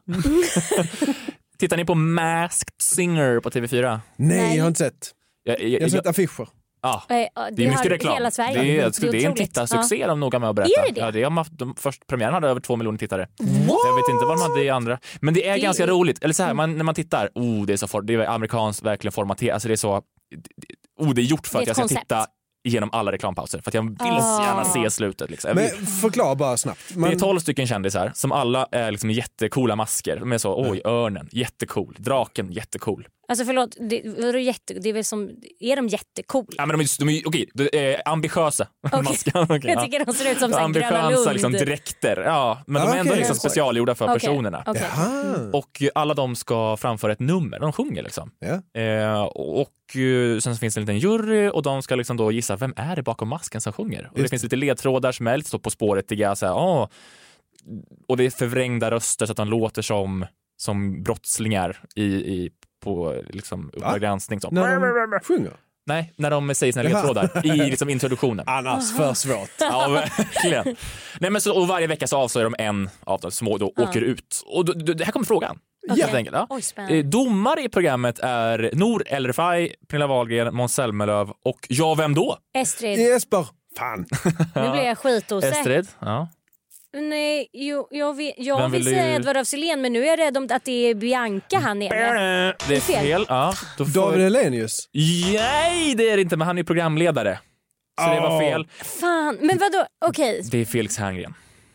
Tittar ni på Masked Singer på T V fyra? Nej, Nej. jag har inte sett. Jag, jag, Jag har sett affischer. Ja, Eh, det är mycket har reklam. hela Sverige. Det är, Det är det är en otroligt. tittarsuccé, Ja. de noga med att berätta. Är det det? Ja, det har haft, de först, premiären hade över två miljoner tittare. Så jag vet inte vad de hade i andra. Men det är Det- ganska roligt. Eller så här, man, när man tittar, oh, det är så for, det är amerikanskt verkligen formaterat. Alltså det är så, oh, det är gjort för Det är att jag ett ska koncept. titta igenom alla reklampauser. För att jag vill Ah. gärna se slutet. Liksom. Jag Men vill, förklara bara snabbt. Man, Det är tolv stycken kändisar som alla är liksom jättecoola masker. De är så, oj, örnen, jättecool. Draken, jättecool. Alltså förlåt, det, vadå jätte, det är väl som, är de jättecool? Ja, men de är, de är okej, de är ambitiösa. Okej. Masker, okej, Jag ja. tycker de ser ut som så här Gröna ambitiösa Lund. liksom, dräkter. Ja, men de Ah, är ändå okej. liksom Skoj. specialgjorda för Okej, personerna. okej. Jaha. Och alla de ska framföra ett nummer. De sjunger liksom. Ja. Eh, och eh, sen så finns det en liten jury och de ska liksom då gissa vem är det bakom masken som sjunger. Och det Just finns lite ledtrådar som är lite så på spåret. Så här, åh. Och det är förvrängda röster så att de låter som, som brottslingar i, i, på liksom, Uppdrag granskning. Som. När de sjunger? Nej, när de säger sina Jaha. ledtrådar i liksom introduktionen. Annars för svårt. Ja, verkligen. Nej, men så, och varje vecka så avslöjar de en av de små då åker ut. Och då, då, det här kommer frågan. Okej. Helt enkelt, ja. Oj, spännande. Eh, Domare i programmet är Nour El Refai, Pernilla Wahlgren, Måns Zelmerlöw och ja, vem då? Estrid, Jesper. Fan. nu blir jag skitosäker. Estrid, ja. Nej, jo, jag vill, jag Vem vill vill säga du- Edvard af Sillén, men nu är jag rädd om att det är Bianca han är med. Det är fel. fel. Ja, då får... David Hellenius. Nej, det är det inte, men han är programledare. Så det var Oh. fel. Fan, men vadå? Okej, Det är Felix Herngren.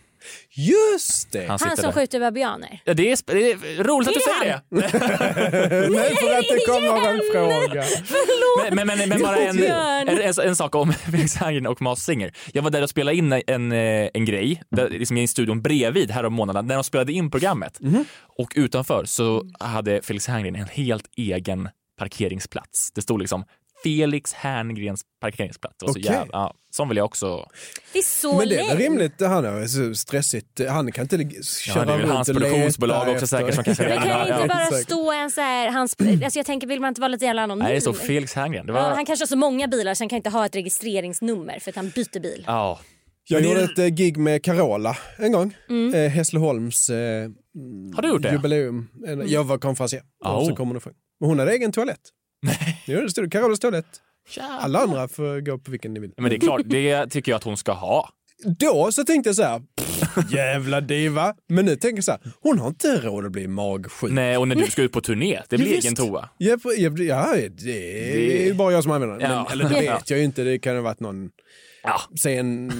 Just det. Han sitter han som där. skjuter babianer. Ja, det, är, sp- det är roligt att du Är säger det det. Nej, för att det kommer en fråga. Men, men, men, men bara en, Björn. en, en, en sak om Felix Herngren och Masked Singer. Jag var där och spelade in en, en grej där, liksom i en studion bredvid här om månaden när de spelade in programmet. Mhm. Och utanför så hade Felix Herngren en helt egen parkeringsplats. Det stod liksom Felix Herngrens parkeringsplats. Det var så Okej. jävla, ja, som vill jag också. Det är så Men det är väl lame. rimligt, han är så stressigt. Han kan inte Ja, köra det är väl runt hans och produktionsbolag leta också efter- säkert som kanske Men kan Ja, inte ja, bara säkert. stå en så här, hans, alltså jag tänker, vill man inte vara lite jävla anonym? Nej, det stod Felix Herngren. Det Ja, var, han kanske har så många bilar så han kan inte ha ett registreringsnummer för att han byter bil. ja. Jag Men gjorde det- ett eh, gig med Carola en gång. Mm. Eh, Hässleholms eh, Har du gjort det? jubileum. En- Jag var konferencier. Oh. Så kom hon och sjöng. Men hon hade egen toalett. Nej. Jo, det stod Carolas toalett. Alla andra får gå på vilken ni vill. Men det är klart, det tycker jag att hon ska ha. Då så tänkte jag så här, pff, jävla diva. Men nu tänker jag så här, hon har inte råd att bli magsjuk. Nej, och när du ska ut på turné, det blir Ja, egen visst. toa. Ja, på- ja, ja, det är ju bara jag som använder den. Ja. Men, eller det vet Ja. jag ju inte, det kan ha varit någon Ja. sen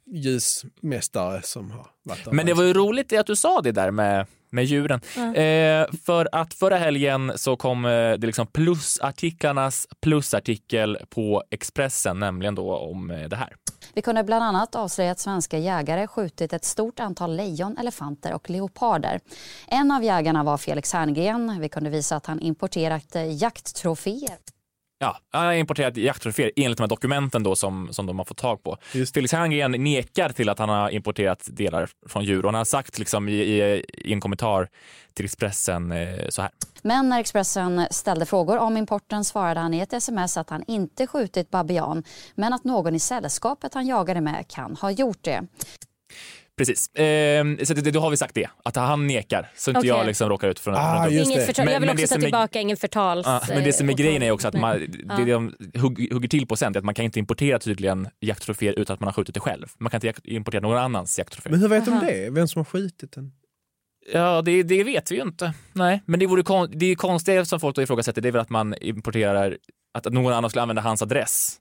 ljusmästare som har varit där. Men det var ju roligt det att du sa det där med, med djuren. Eh, för att förra helgen så kom eh, det liksom plusartiklarnas plusartikel på Expressen, nämligen då om eh, det här. Vi kunde bland annat avslöja att svenska jägare skjutit ett stort antal lejon, elefanter och leoparder. En av jägarna var Felix Herngren. Vi kunde visa att han importerat eh, jakttroféer. Ja, han har importerat jakttroféer enligt de här dokumenten då som, som de har fått tag på. Felix Herngren nekar till att han har importerat delar från djur och han har sagt liksom i, i, i en kommentar till Expressen eh, så här. Men när Expressen ställde frågor om importen svarade han i ett sms att han inte skjutit babian, men att någon i sällskapet han jagade med kan ha gjort det. Precis. Eh, så det, då har vi sagt det. Att han nekar. Så inte Okej. jag liksom råkar ut från Ah, från- just Ingen det. förtal, jag vill Men- men också det ta som är- tillbaka ingen förtals... Ja, men det som är eh, grejen är också att man, Ja. det de hugg, hugger till på sen är att man kan inte importera tydligen jakttroféer utan att man har skjutit det själv. Man kan inte jak- importera någon annans jakttrofé. Men hur vet Aha. de det? Vem som har skjutit den? Ja, det, det vet vi ju inte. Nej, men det vore kon- det är konstigt som folk då ifrågasätter, det är väl att man importerar, att någon annan skulle använda hans adress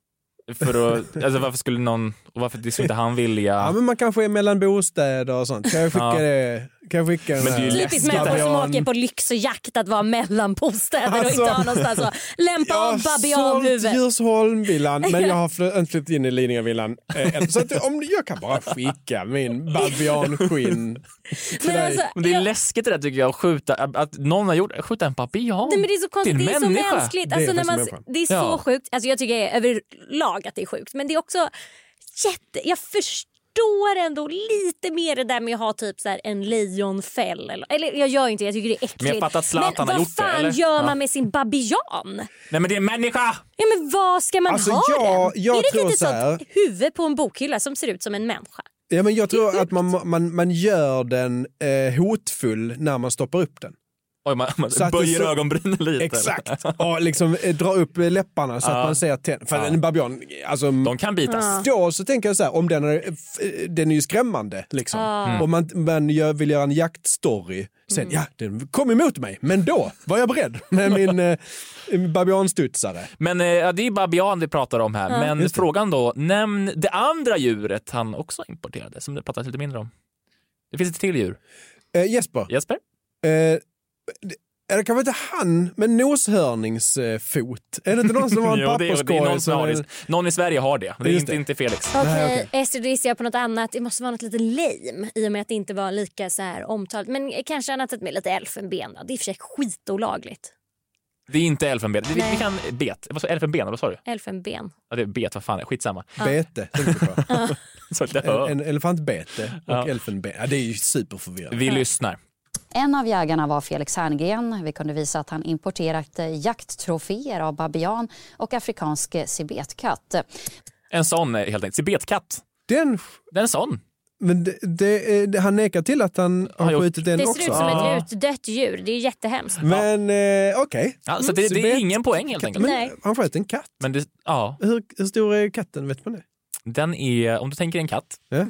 För att, alltså varför skulle någon, och varför det skulle inte han vilja? Ja, men man kanske är mellan bostäder och sånt. Kan jag skicka Ja. det? Kan jag skicka den Men det är ju typiskt människor som åker på lyx och jakt att vara mellan bostäder Alltså, och inte ha någonstans att lämpa Jag av har babianhuvudet. sålt Djursholmvillan, men jag har fly- inte flyttat in i Lidingövillan. Eh, Så att om jag kan bara skicka min babianskinn till Men dig. alltså, Men det är jag- läskigt det där tycker jag, att skjuta, att någon har gjort, skjuta en babian. Nej, men det är så konstigt, det är, så människa. mänskligt. Det är Alltså, när faktiskt man, människa. det är så Ja. sjukt. Alltså, jag tycker överlag att det är sjukt. Men det är också jätte... Jag förstår ändå lite mer det där med att ha typ så här en lejonfäll. Eller, eller jag gör inte, jag tycker det är äckligt. Men jag fattar att Zlatan har gjort det, vad fan eller? gör man Ja. med sin babian? Nej men det är en människa! Ja, men vad ska man Alltså, ha jag- den? jag är det tror ett litet så här- sånt huvud på en bokhylla som ser ut som en människa? Ja, men jag tror att man, man, man gör den eh, hotfull när man stoppar upp den. Oj, man, man Så att det böjer så- ögonbrynen lite. Exakt, och liksom eh, dra upp eh, läpparna så Ja. att man ser tänd. För Ja. en babian, alltså, De kan bitas. då så tänker jag så här, om den är, f- den är ju skrämmande liksom. Mm. Om man, man gör, vill göra en jaktstory, sen ja, den kom emot mig, men då var jag beredd med min eh, babianstudsare. Men eh, ja, det är babian vi pratar om här. Ja. Men Just det. frågan då, nämn det andra djuret han också importerade som det pratas lite mindre om. Det finns ett till djur. Eh, Jesper, Jesper? eh, det- är det kanske inte han med noshörningsfot? Är det inte någon som har en Jo, det är, det är papperskorg? någon, som har är- det. Någon i Sverige har det. Det är Just inte, det. inte Felix. Okej, Nej, Estrid, då gissar jag på något annat. Det måste vara något lite lame i och med att det inte var lika så här omtalat. Men kanske annat med lite elfenben. Då. Det är i och för sig skitolagligt. Det är inte elfenben. Vi, Nej. vi kan bet. Vad sa elfenben? eller Vad sa du? Elfenben. Ja, det är bet. Vad fan är skitsamma. Bete, tänkte jag på. Så det En, hör. en elefantbete och Ja. elfenben. Ja, det är ju superförvirrande. Vi lyssnar. En av jägarna var Felix Herngren. Vi kunde visa att han importerat eh, jakttroféer av babian och afrikansk eh, cibetkatt. En sån eh, helt enkelt. Cibetkatt. Den, Det är en sån. men det, det, det, han nekar till att han Har har gjort- skjutit den Det också. ser ut som Ja. ett utdött djur. Det är jättehemskt. Men eh, okej. Ja, så det, det är ingen poäng helt enkelt. Men Nej. han sköt en katt. Men det, ja, Hur, hur stor är katten, vet man det? den är, om du tänker en katt. Ja.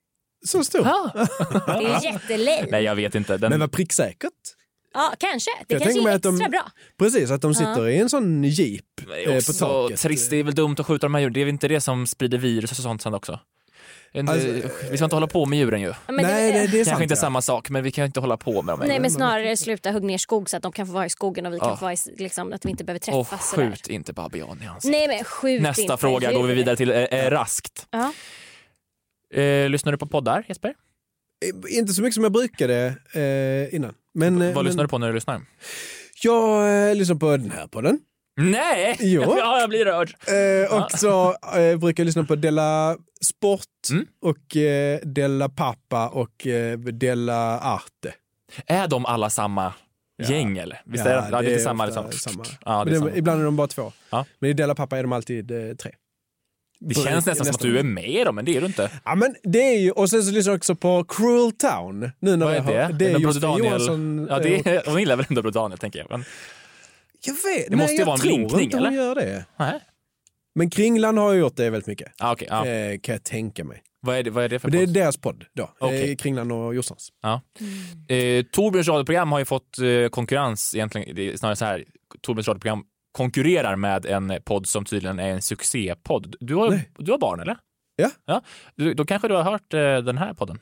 Så stor. Det är jättelejt. Nej, jag vet inte. Den, Men vad pricksäkert. Ja, kanske. Det Jag kanske tänker är mig att de- extra bra. Precis, att de sitter i en sån jeep det eh, är på också taket. trist. Det är väl dumt att skjuta de här djuren. Det är väl inte det som sprider virus och sånt sen också. En, Alltså, vi ska inte hålla på med djuren ju. Men Nej, det, det är Kanske sant. inte ja. samma sak, men vi kan inte hålla på med dem. Nej, men snarare sluta hugga ner skog så att de kan få vara i skogen och vi kan Ja. få vara i, liksom, att vi inte behöver Och träffas. sådär. skjut inte babian i ansiktet. Nej, men skjut Nästa inte fråga djur. går vi vidare till eh, eh, raskt. Ja. Eh, lyssnar du på poddar, Jesper? Eh, Inte så mycket som jag brukade eh, innan. Men, eh, Vad men lyssnar du på när du lyssnar? Jag eh, lyssnar på den här podden. Nej! Jo. Ja, jag blir rörd. Eh, och så eh, brukar jag lyssna på Della Sport Mm. och eh, Della Pappa och eh, Della Arte. Är de alla samma gäng eller? Visst Ja, är det, ja, det är inte är samma, ofta liksom. samma. Ja, det Men är det, samma. ibland är de bara två. Ja. Men i Della Pappa är de alltid eh, tre. Det känns nästan som att du är med i dem, men det är du inte. Ja, men det är ju, och sen så lyssnar jag också på Cruel Town. Nu när Vad är jag det? hör- det är Är det Josefin Broder Daniel? Johansson. Ja, det eh, är, hon gillar väl inte Broder Daniel, tänker jag. Men, Jag vet, Det måste nej, ju jag vara en tror blinkning, inte hon eller? gör det. nej. Men Kringland har ju gjort det väldigt mycket. Ah, okay, ja. Eh, kan jag tänka mig. vad, är det, vad är det för Men det är podd? deras podd då. Okej. Eh, Kringland och Jossans. Ja. Eh, Torbjörns radioprogram har ju fått eh, konkurrens, egentligen, det är snarare så här, Torbjörns radioprogram konkurrerar med en podd som tydligen är en succépodd. Du har, Nej. du har barn, eller? Ja. ja. Du, då kanske du har hört eh, den här podden?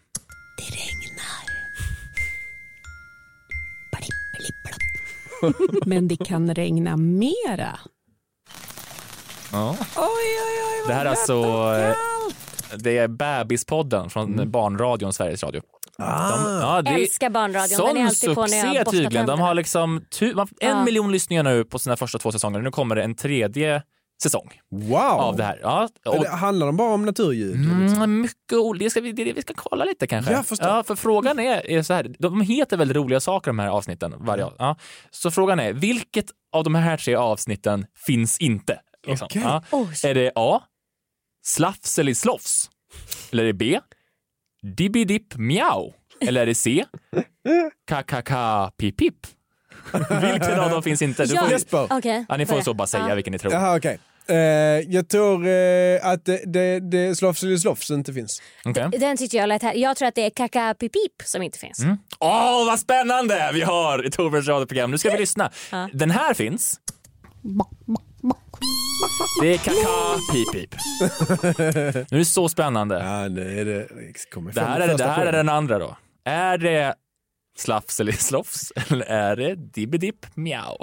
Men det kan regna mera. Ja. Oj, oj, oj, Det här är alltså eh, det är Bebispodden från Mm. Barnradion, Sveriges Radio. Ah. De, ja, det är Älskar barnradion. sån Den är alltid på när jag har succé borstat tydligen. De tänderna. har liksom tu- man- en Ja. miljon lyssningar nu på sina första två säsonger. Nu kommer det en tredje säsong Wow! av det här. Ja, och, Och, handlar de bara om naturljud? Liksom? Mm, mycket olika. Det ska vi, det är det vi ska kolla lite kanske. Jag förstår. Ja, för frågan är, är så här. De heter väldigt roliga saker de här avsnitten varje av- ja. Så frågan är, vilket av de här tre avsnitten finns inte? Liksom? Okej. Ja. Oj. Är det A. Slafselislofs? Eller är det B. Dibbidipp miau? Eller är det C. Kakaka-pip-pip? Vilken av dem finns inte? Du Ja. får, Jesper. Okej. ja, ni får så bara säga Ja. vilken ni tror. Jaha, okej. Eh, jag tror eh, att det, det, det slofs eller slofs inte finns. Okej. Den tyckte jag lät här. Jag tror att det är kakapipip som inte finns. Mm. Åh, vad spännande vi har i Torbjörns radioprogram. Nu ska vi lyssna. Ja. Den här finns. Det är kaka, pip, pip. Nu är det så spännande. Ja, det är det. Kommer Det här är, det här är den andra då. Är det slafs eller slofs? Eller är det dibbidipp miau?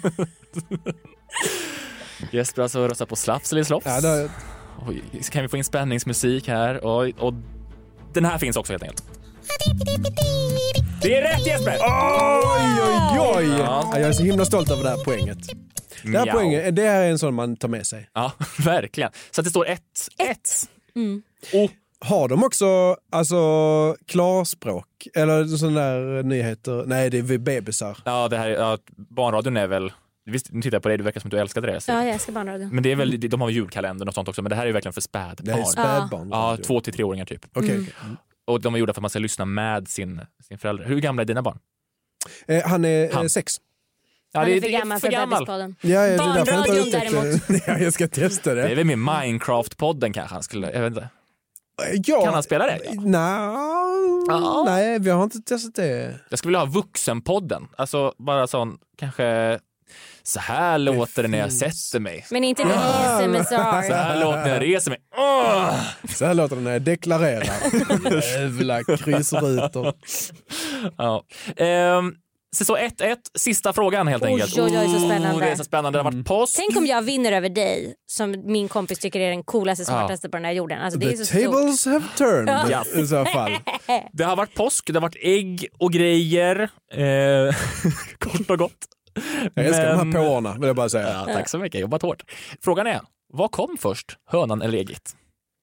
Jesper alltså röstar på slafs eller slofs. Ja, det... Oj, kan vi få in spänningsmusik här? Och, och den här finns också helt enkelt. Det är rätt, Jesper! Oj, oj, oj! Ja. Jag är så himla stolt över det här poänget. Det här Miau. poänget, det här är en sån man tar med sig. Ja, verkligen. Så att det står ett. Ett. Mm. Och har de också alltså klarspråk eller sådana där nyheter? Nej, det är vid bebisar. Ja, det här ja, barnradion är väl. Visst, nu tittar jag på dig, du verkar som att du älskar det. Ja, jag älskar barnradion. Men det är väl, de har julkalendern och sånt också, men det här är ju verkligen för spädbarn. Det är spädbarn. Ja, två till treåringar typ. Okej. Okay, mm. okay. Och de är gjorda för att man ska lyssna med sin, sin förälder. Hur gamla är dina barn? Eh, han är han. Eh, sex. Ja, han är, är för gammal för, för Bebispodden. Ja, barnradion däremot. Ja, jag ska testa det. Det är väl med Minecraft-podden kanske han skulle, jag vet inte. Ja, kan han spela det? Ja? No, nej, vi har inte testat det. Jag skulle vilja ha vuxenpodden. Alltså bara sån, kanske så här det låter det när jag sätter mig. Men inte när jag reser med Sar. Så här låter det när jag reser mig. Oh! Så här låter det när jag deklarerar. Jävla kryssrutor. Ja. Um, så ett ett, sista frågan helt oj, enkelt. Oj, oj, så spännande. Oh, det är så spännande. Det har varit post. Tänk om jag vinner över dig, som min kompis tycker är den coolaste, smartaste ja. på den här jorden. Alltså, det The är så tables stort. have turned ja. i så fall. Det har varit påsk, det har varit ägg och grejer. Eh, kort och gott. Jag älskar Men... de här påarna, vill jag bara säga. Ja, tack så mycket, jobbat hårt. Frågan är, vad kom först? Hönan eller ägget?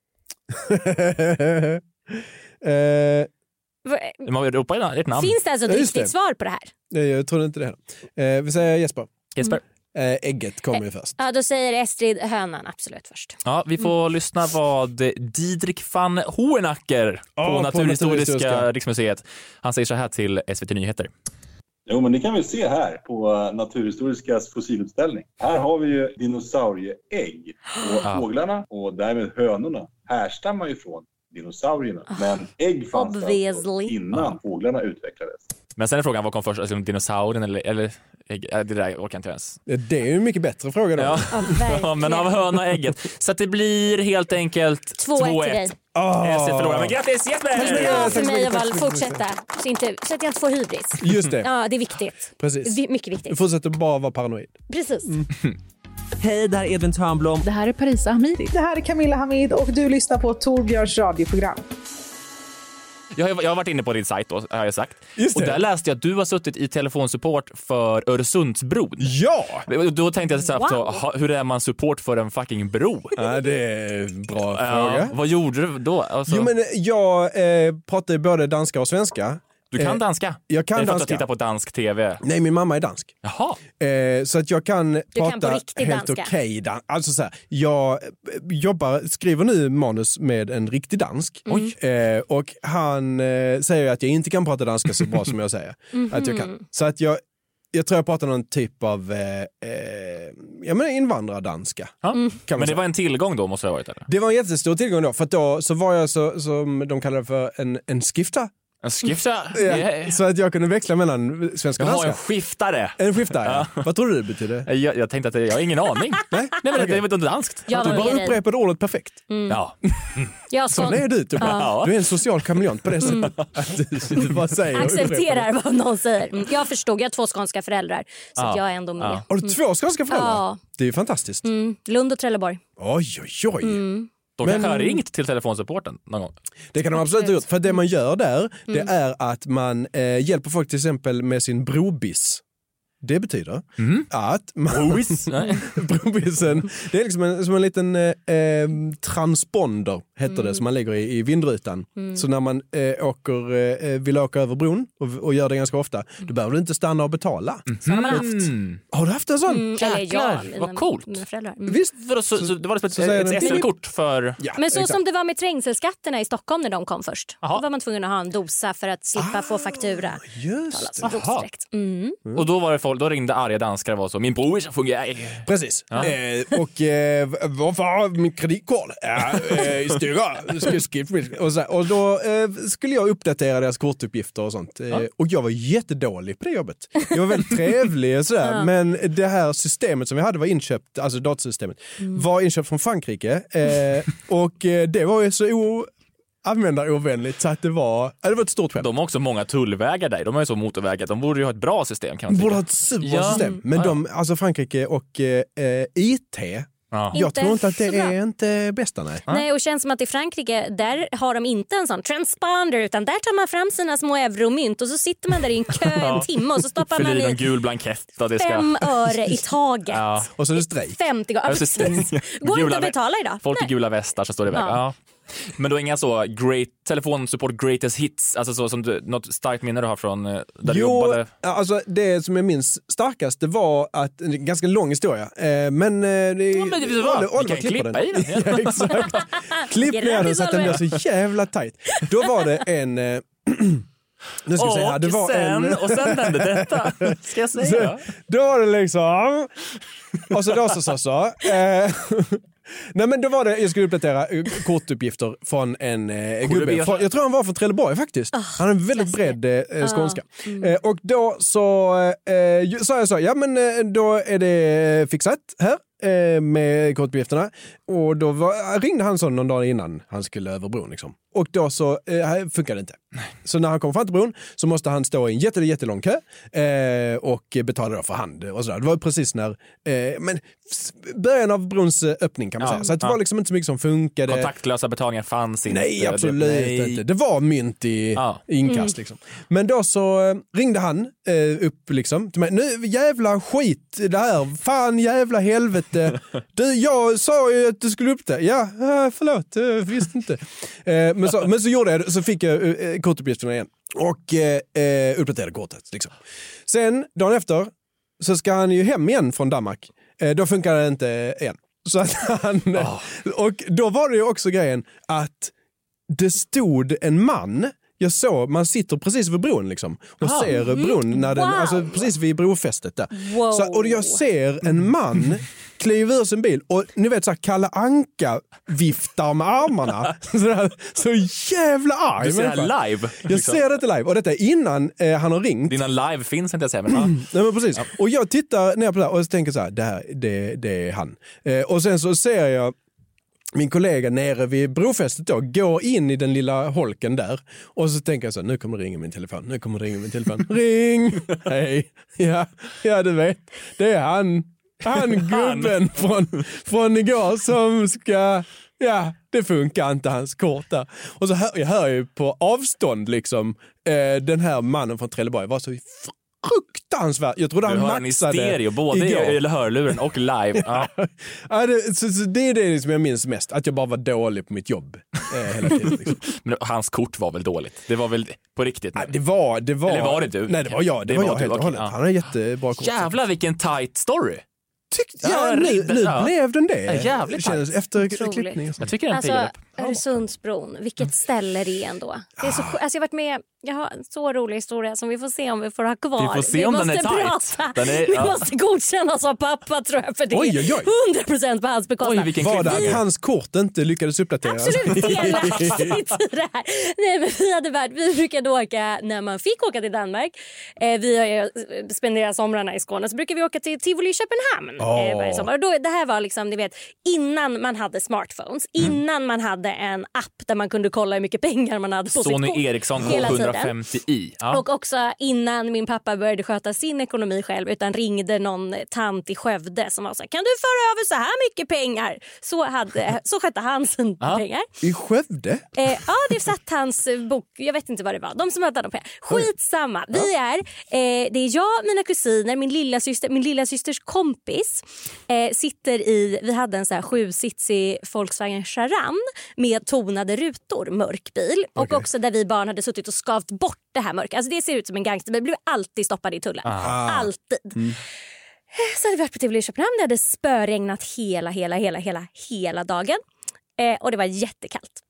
eh... Man ropar ett namn. Finns det alltså ett ja, riktigt det. svar på det här? Nej, jag tror inte det. Eh, vi säger Jesper. Jesper. Mm. Eh, ägget kommer ju först. Ja, då säger Estrid hönan absolut först. Ja, vi får mm. lyssna vad Didrik van Hoenacker på oh, Naturhistoriska Riksmuseet. Han säger så här till S V T Nyheter. Jo, men det kan vi se här på Naturhistoriska fossilutställning. Här har vi ju dinosaurieägg. Och ah. fåglarna och därmed hönorna härstammar ju från dinosaurierna. Ah. Men ägg fanns alltså innan ah. fåglarna utvecklades. Men sen är frågan, vad kom först? Alltså dinosaurien eller, eller ägg? Det där orkar inte ens. Det är ju en mycket bättre fråga då. Ja, ja men av höna ägget. Så att det blir helt enkelt två ett. Oh. Men grattis Jesper! Ja, för mig att fortsätta. Så, inte, så att jag inte får hybris. Just det. Ja, det är viktigt. Precis. Det är mycket viktigt. Du fortsätter bara vara paranoid. Precis. Mm. Hej, det här är Edvin Törnblom. Det här är Parisa Hamidi. Det här är Camilla Hamid och du lyssnar på Torbjörns radioprogram. Jag har, jag har varit inne på din sajt då, har jag sagt. Och där läste jag att du har suttit i telefonsupport för Öresundsbron. Ja! Och då tänkte jag så här, wow. Hur är man support för en fucking bro? Ja, det är en bra ja, fråga. Vad gjorde du då? Alltså... Jo, men jag eh, pratar ju både danska och svenska. Du kan danska? Jag kan danska. För att titta på dansk tv? Nej, min mamma är dansk. Jaha. Eh, så att jag kan du prata kan helt okej. Okay dan- alltså så här, jag jobbar, skriver nu manus med en riktig dansk. Mm. Eh, och han eh, säger att jag inte kan prata danska så bra som jag säger. Mm-hmm. Att jag kan. Så att jag, jag tror jag pratar någon typ av eh, eh, ja, men invandrardanska. Mm. Men det säga. Var en tillgång då, måste det ha varit? Eller? Det var en jättestor tillgång då. För att då så var jag så, som de kallar det för en, en skifta. En skifta? Ja, yeah. Så att jag kunde växla mellan svenska och danska. Jaha, en skiftare. En skiftare, ja. Vad tror du det betyder? Jag, jag tänkte att det, jag har ingen aning. Nej, Nej men okay. Det är väl danskt. Du bara upprepade ordet perfekt. Mm. Ja. Jag så är du, typ. Ja. Du är en social kameleont på det sättet. Mm. Att du, du bara säger accepterar vad någon säger. Jag förstod, jag har två skånska föräldrar. Så ja. Jag är ändå med. Ja. Har du två skånska föräldrar? Ja. Det är ju fantastiskt. Mm. Lund och Trelleborg. Oj, oj, oj. Mm. De men, kanske har ringt till telefonsupporten någon gång. Det kan de absolut ha gjort. För det man gör där, mm. det är att man eh, hjälper folk till exempel med sin brobiss. Det betyder mm. att man... Brobiss? Brobissen, det är liksom en, som en liten eh, transponder, heter mm. det, som man lägger i, i vindrutan. Mm. Så när man eh, åker, eh, vill åka över bron och, och gör det ganska ofta, mm. då behöver du inte stanna och betala. Mm. Så har man haft. Mm. Har du haft en sån? Mm, eller ja, vad coolt. Mina föräldrar. Mm. Visst? Så, så, så det var ett, ett S L-kort för... Ja, men så exakt. Som det var med trängselskatterna i Stockholm när de kom först. Aha. Då var man tvungen att ha en dosa för att slippa ah, få faktura. Just det. Mm. Mm. Och då var det folk, då ringde arga danskar och var så, min bror fungerar. Precis. Ja. Eh, och eh, vad var min kreditkort? Ja, eh, och, så, och då eh, skulle jag uppdatera deras kortuppgifter och sånt. Eh, och jag var jättedålig på det jobbet. Jag var väldigt trevlig och sådär. Ja. Men det här systemet som vi hade var inköpt, alltså datasystemet, mm. var inköpt från Frankrike. Eh, och eh, det var ju så o... användarovänligt så att det var, det var ett stort skämt. De har också många tullvägar där. De har ju så motorvägar. De borde ju ha ett bra system, kan man de tycka. borde ha ett superbra ja. system. Men de, alltså Frankrike och eh, I T, ja. jag inte tror inte att det är inte bästa. Nej. nej, och känns som att i Frankrike, där har de inte en sån transponder, utan där tar man fram sina små euromynt och så sitter man där i en kö en timme och så stoppar man i en gul blankett. Det ska... fem öre i taget. Ja. Och så är det strejk. femtio gånger. Går inte att betala idag. Folk i gula västar så står det iväg. Ja. Ja. Men då inga så great telefonsupport greatest hits, alltså så som du, något starkt minne du har från där du jo, jobbade? Alltså det som jag minns starkast, det var att en ganska lång historia. Eh, men eh, det ja, men det var vi kan klippa den. I den. Ja, exakt. Klipp ner den så att den blir så jävla tajt. Då var det en eh, nu ska jag säga här, det var sen, en och sen hände detta. Ska jag säga? Så, då var det liksom och så då så så så eh, nej men då var det, jag skulle uppdatera kortuppgifter från en eh, gubbe. Från, jag tror han var från Trelleborg faktiskt. Oh, han har en väldigt bred eh, skånska. Oh, mm. eh, och då så eh, sa jag så, ja men eh, då är det fixat här eh, med kortuppgifterna. Och då var, ringde han så någon dag innan han skulle över bron liksom. Och då så eh, funkade det inte. Så när han kom fram till bron så måste han stå i en jätte, jättelång kö eh, och betala då för hand och sådär. Det var precis när eh, men början av brons öppning kan man ja, säga. Så att det ja. var liksom inte så mycket som funkade. Kontaktlösa betalningar fanns inte. Nej, absolut Nej. inte. Det var mynt i ja. inkast mm. liksom. Men då så ringde han eh, upp liksom till mig. Nu jävla skit det här. Fan jävla helvete. Du, jag sa ju att du skulle upp det. Ja, förlåt. Jag visste inte. Eh, men, så, men så gjorde jag det. Så fick jag eh, kortuppgifterna igen. Och eh, uppdaterade kortet liksom. Sen, dagen efter så ska han ju hem igen från Danmark. Eh, då funkar det inte igen. Så att han, oh. Och då var det ju också grejen att det stod en man. Jag såg, man sitter precis vid bron liksom och oh. ser bron när den, wow. alltså precis vid brofästet där. Wow. Så, och jag ser en man kliva ur sin bil och ni vet så här, Kalle Anka viftar med armarna. så, där, så jävla arg. Du ser det här live? Jag liksom. ser det live och detta är innan eh, han har ringt. Innan live finns inte jag säga men ja. Nej men precis. Ja. Och jag tittar ner på det här och tänker så här, det här det, det är han. Eh, och sen så ser jag min kollega nere vid brofästet då går in i den lilla holken där och så tänker jag så, nu kommer det ringa min telefon, nu kommer det ringa min telefon. Ring! Hej! Ja, ja du vet, det är han, han gubben från, från igår som ska, ja, det funkar inte hans kort där. Och så hör jag hör ju på avstånd liksom eh, den här mannen från Trelleborg var så fruktansvärt. Jag trodde han maxade. Du hör en i stereo, både i hörluren och live. Ja. Ja, det, så, så det är det som jag minns mest. Att jag bara var dålig på mitt jobb eh, hela tiden. Liksom. Men hans kort var väl dåligt? Det var väl på riktigt? Ja, det var, det var... Eller var det du? Nej, det var jag. Det, det var, var jag helt och hållet. Han har jättebra kort. Jävlar vilken tight story. Tyck, ja, ja, nu, nu ja. blev den det. Ja, jävligt känns efter klippningen. Jag tycker den alltså, Öresundsbron, vilket ställe det är ändå. Det är så, alltså jag har varit med, jag har en så rolig historia som vi får se om vi får ha kvar. Vi får se vi om den är tight. Den är, vi ja. måste godkännas av pappa tror jag för det. Oj, oj, oj. hundra procent på hans bekostnad. Oj, var det att hans kort inte lyckades uppdateras? Absolut delaktigt i det här. Nej, men vi hade varit, vi brukade åka när man fick åka till Danmark. Eh, vi har ju spenderat somrarna i Skåne så brukar vi åka till Tivoli Köpenhamn oh. eh, varje sommar. Och då, det här var liksom, ni vet, innan man hade smartphones, mm. innan man hade en app där man kunde kolla hur mycket pengar man hade på Sony sitt kort. Ericsson sjuhundrafemtio i. Ja. Och också innan min pappa började sköta sin ekonomi själv utan ringde någon tant i Skövde som var så här, kan du föra över så här mycket pengar? Så, hade, så skötte han sin ja. pengar. I Skövde? Eh, ja, det satt hans bok, jag vet inte vad det var. De som hade de pengar. Skitsamma. Vi är, eh, det är jag, mina kusiner, min lilla syster, min lilla systers kompis eh, sitter i, vi hade en så här sjusitsig Volkswagen Charan med tonade rutor, mörk bil. Okay. Och också där vi barn hade suttit och skavt bort det här mörka. Alltså det ser ut som en gangsterbil. Blev alltid stoppade i tullen. Ah. Alltid. Mm. Så hade vi varit på Tivoli Köpenhamn. Det hade spöregnat hela, hela, hela, hela, hela dagen. Eh, och det var jättekallt.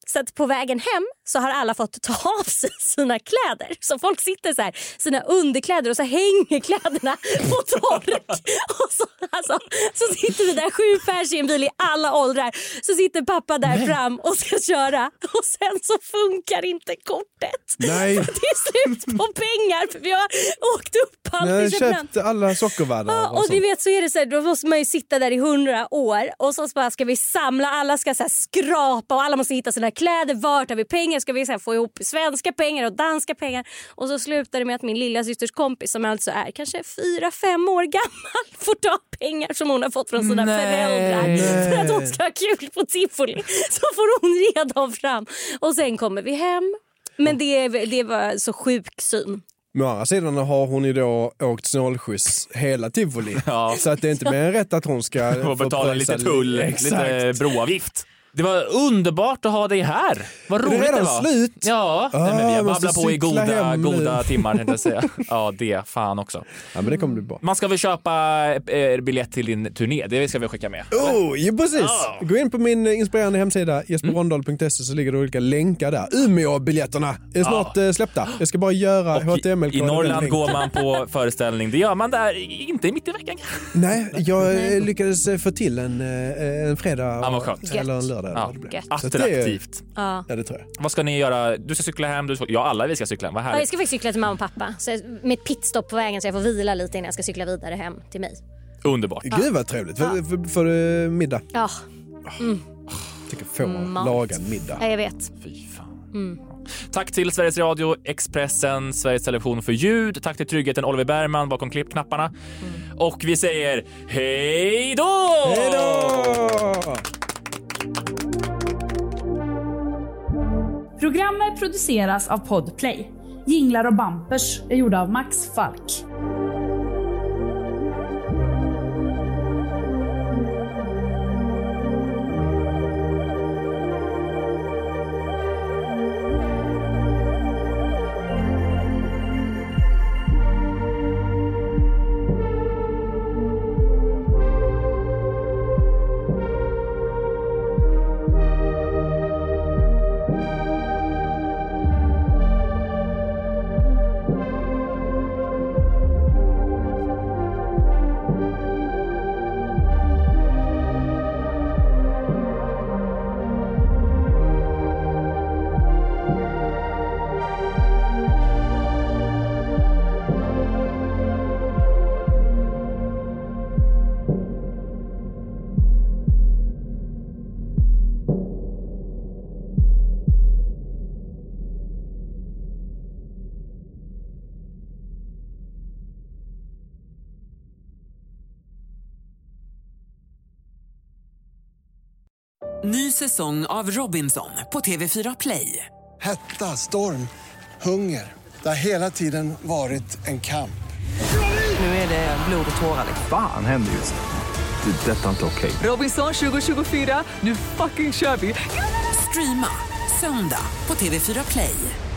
Så att på vägen hem så har alla fått ta av sig sina kläder. Så folk sitter så här, sina underkläder och så hänger kläderna på tork. Och så, alltså, så sitter vi där sju pers i en bil i alla åldrar. Så sitter pappa där Nej. fram och ska köra. Och sen så funkar inte kortet. Nej. För det är slut på pengar. För vi har åkt upp allt. Jag har köpt alla sockervaddar. Ja, och, och ni vet så är det så här, då måste man ju sitta där i hundra år. Och så bara ska vi samla, alla ska så här skrapa och alla måste hitta sina kläder. Vart har vi pengar? Ska vi så här få ihop svenska pengar och danska pengar? Och så slutar det med att min lilla systers kompis, som alltså är kanske fyra, fem år gammal, får ta pengar som hon har fått från sina nej, föräldrar nej. för att hon ska ha kul på tivoli. Så får hon ge dem fram. Och sen kommer vi hem. Men det, det var så sjuk syn. Med andra sidan har hon ju då åkt snålskjuts hela tivoli. Ja. Så att det är inte mer än rätt att hon ska få betala lite tull, exakt. lite broavgift. Det var underbart att ha dig här. Vad roligt det, det var. Slut. Ja, ah, nej, men vi har babblat på i goda, goda timmar, tänkte jag säga. Ja, det fan också. Ja, men det kommer bli bra. Man ska väl köpa eh, biljett till din turné. Det ska vi skicka med. Oh, ja, precis. Oh. Gå in på min inspirerande hemsida jesper rondal punkt se så ligger det olika länkar där. Umeå-biljetterna är snart oh. släppta. Jag ska bara göra och H T M L. I, i Norrland går man på föreställning. Det gör man där, inte mitt i veckan. Nej, jag lyckades få till en, en fredag ja, eller en lördag. Ja. Attraktivt. Ja. Ja, det tror jag. Vad ska ni göra? Du ska cykla hem, du ska... ja alla vi ska cykla hem. Vad härligt. Ja, jag ska faktiskt cykla till mamma och pappa. Så med ett pitstop på vägen så jag får vila lite innan jag ska cykla vidare hem till mig. Underbart. Ja. Gud vad trevligt. Ja. För, för, för uh, middag. Ja. Mm. Tycker få mm, lagad middag. Ja, jag vet. Fy fan. Mm. Tack till Sveriges Radio, Expressen, Sveriges Television för ljud. Tack till Tryggheten, Oliver Bergman bakom klippknapparna. Mm. Och vi säger hej då! Hej då! Programmet produceras av Podplay. Jinglar och bumpers är gjorda av Max Falk. Ny säsong av Robinson på T V fyra Play. Hetta, storm, hunger. Det har hela tiden varit en kamp. Nu är det blod och tårar. Fan händer just det. Det är detta inte okej. Robinson tjugo tjugofyra, nu fucking kör vi. Streama söndag på T V fyra Play.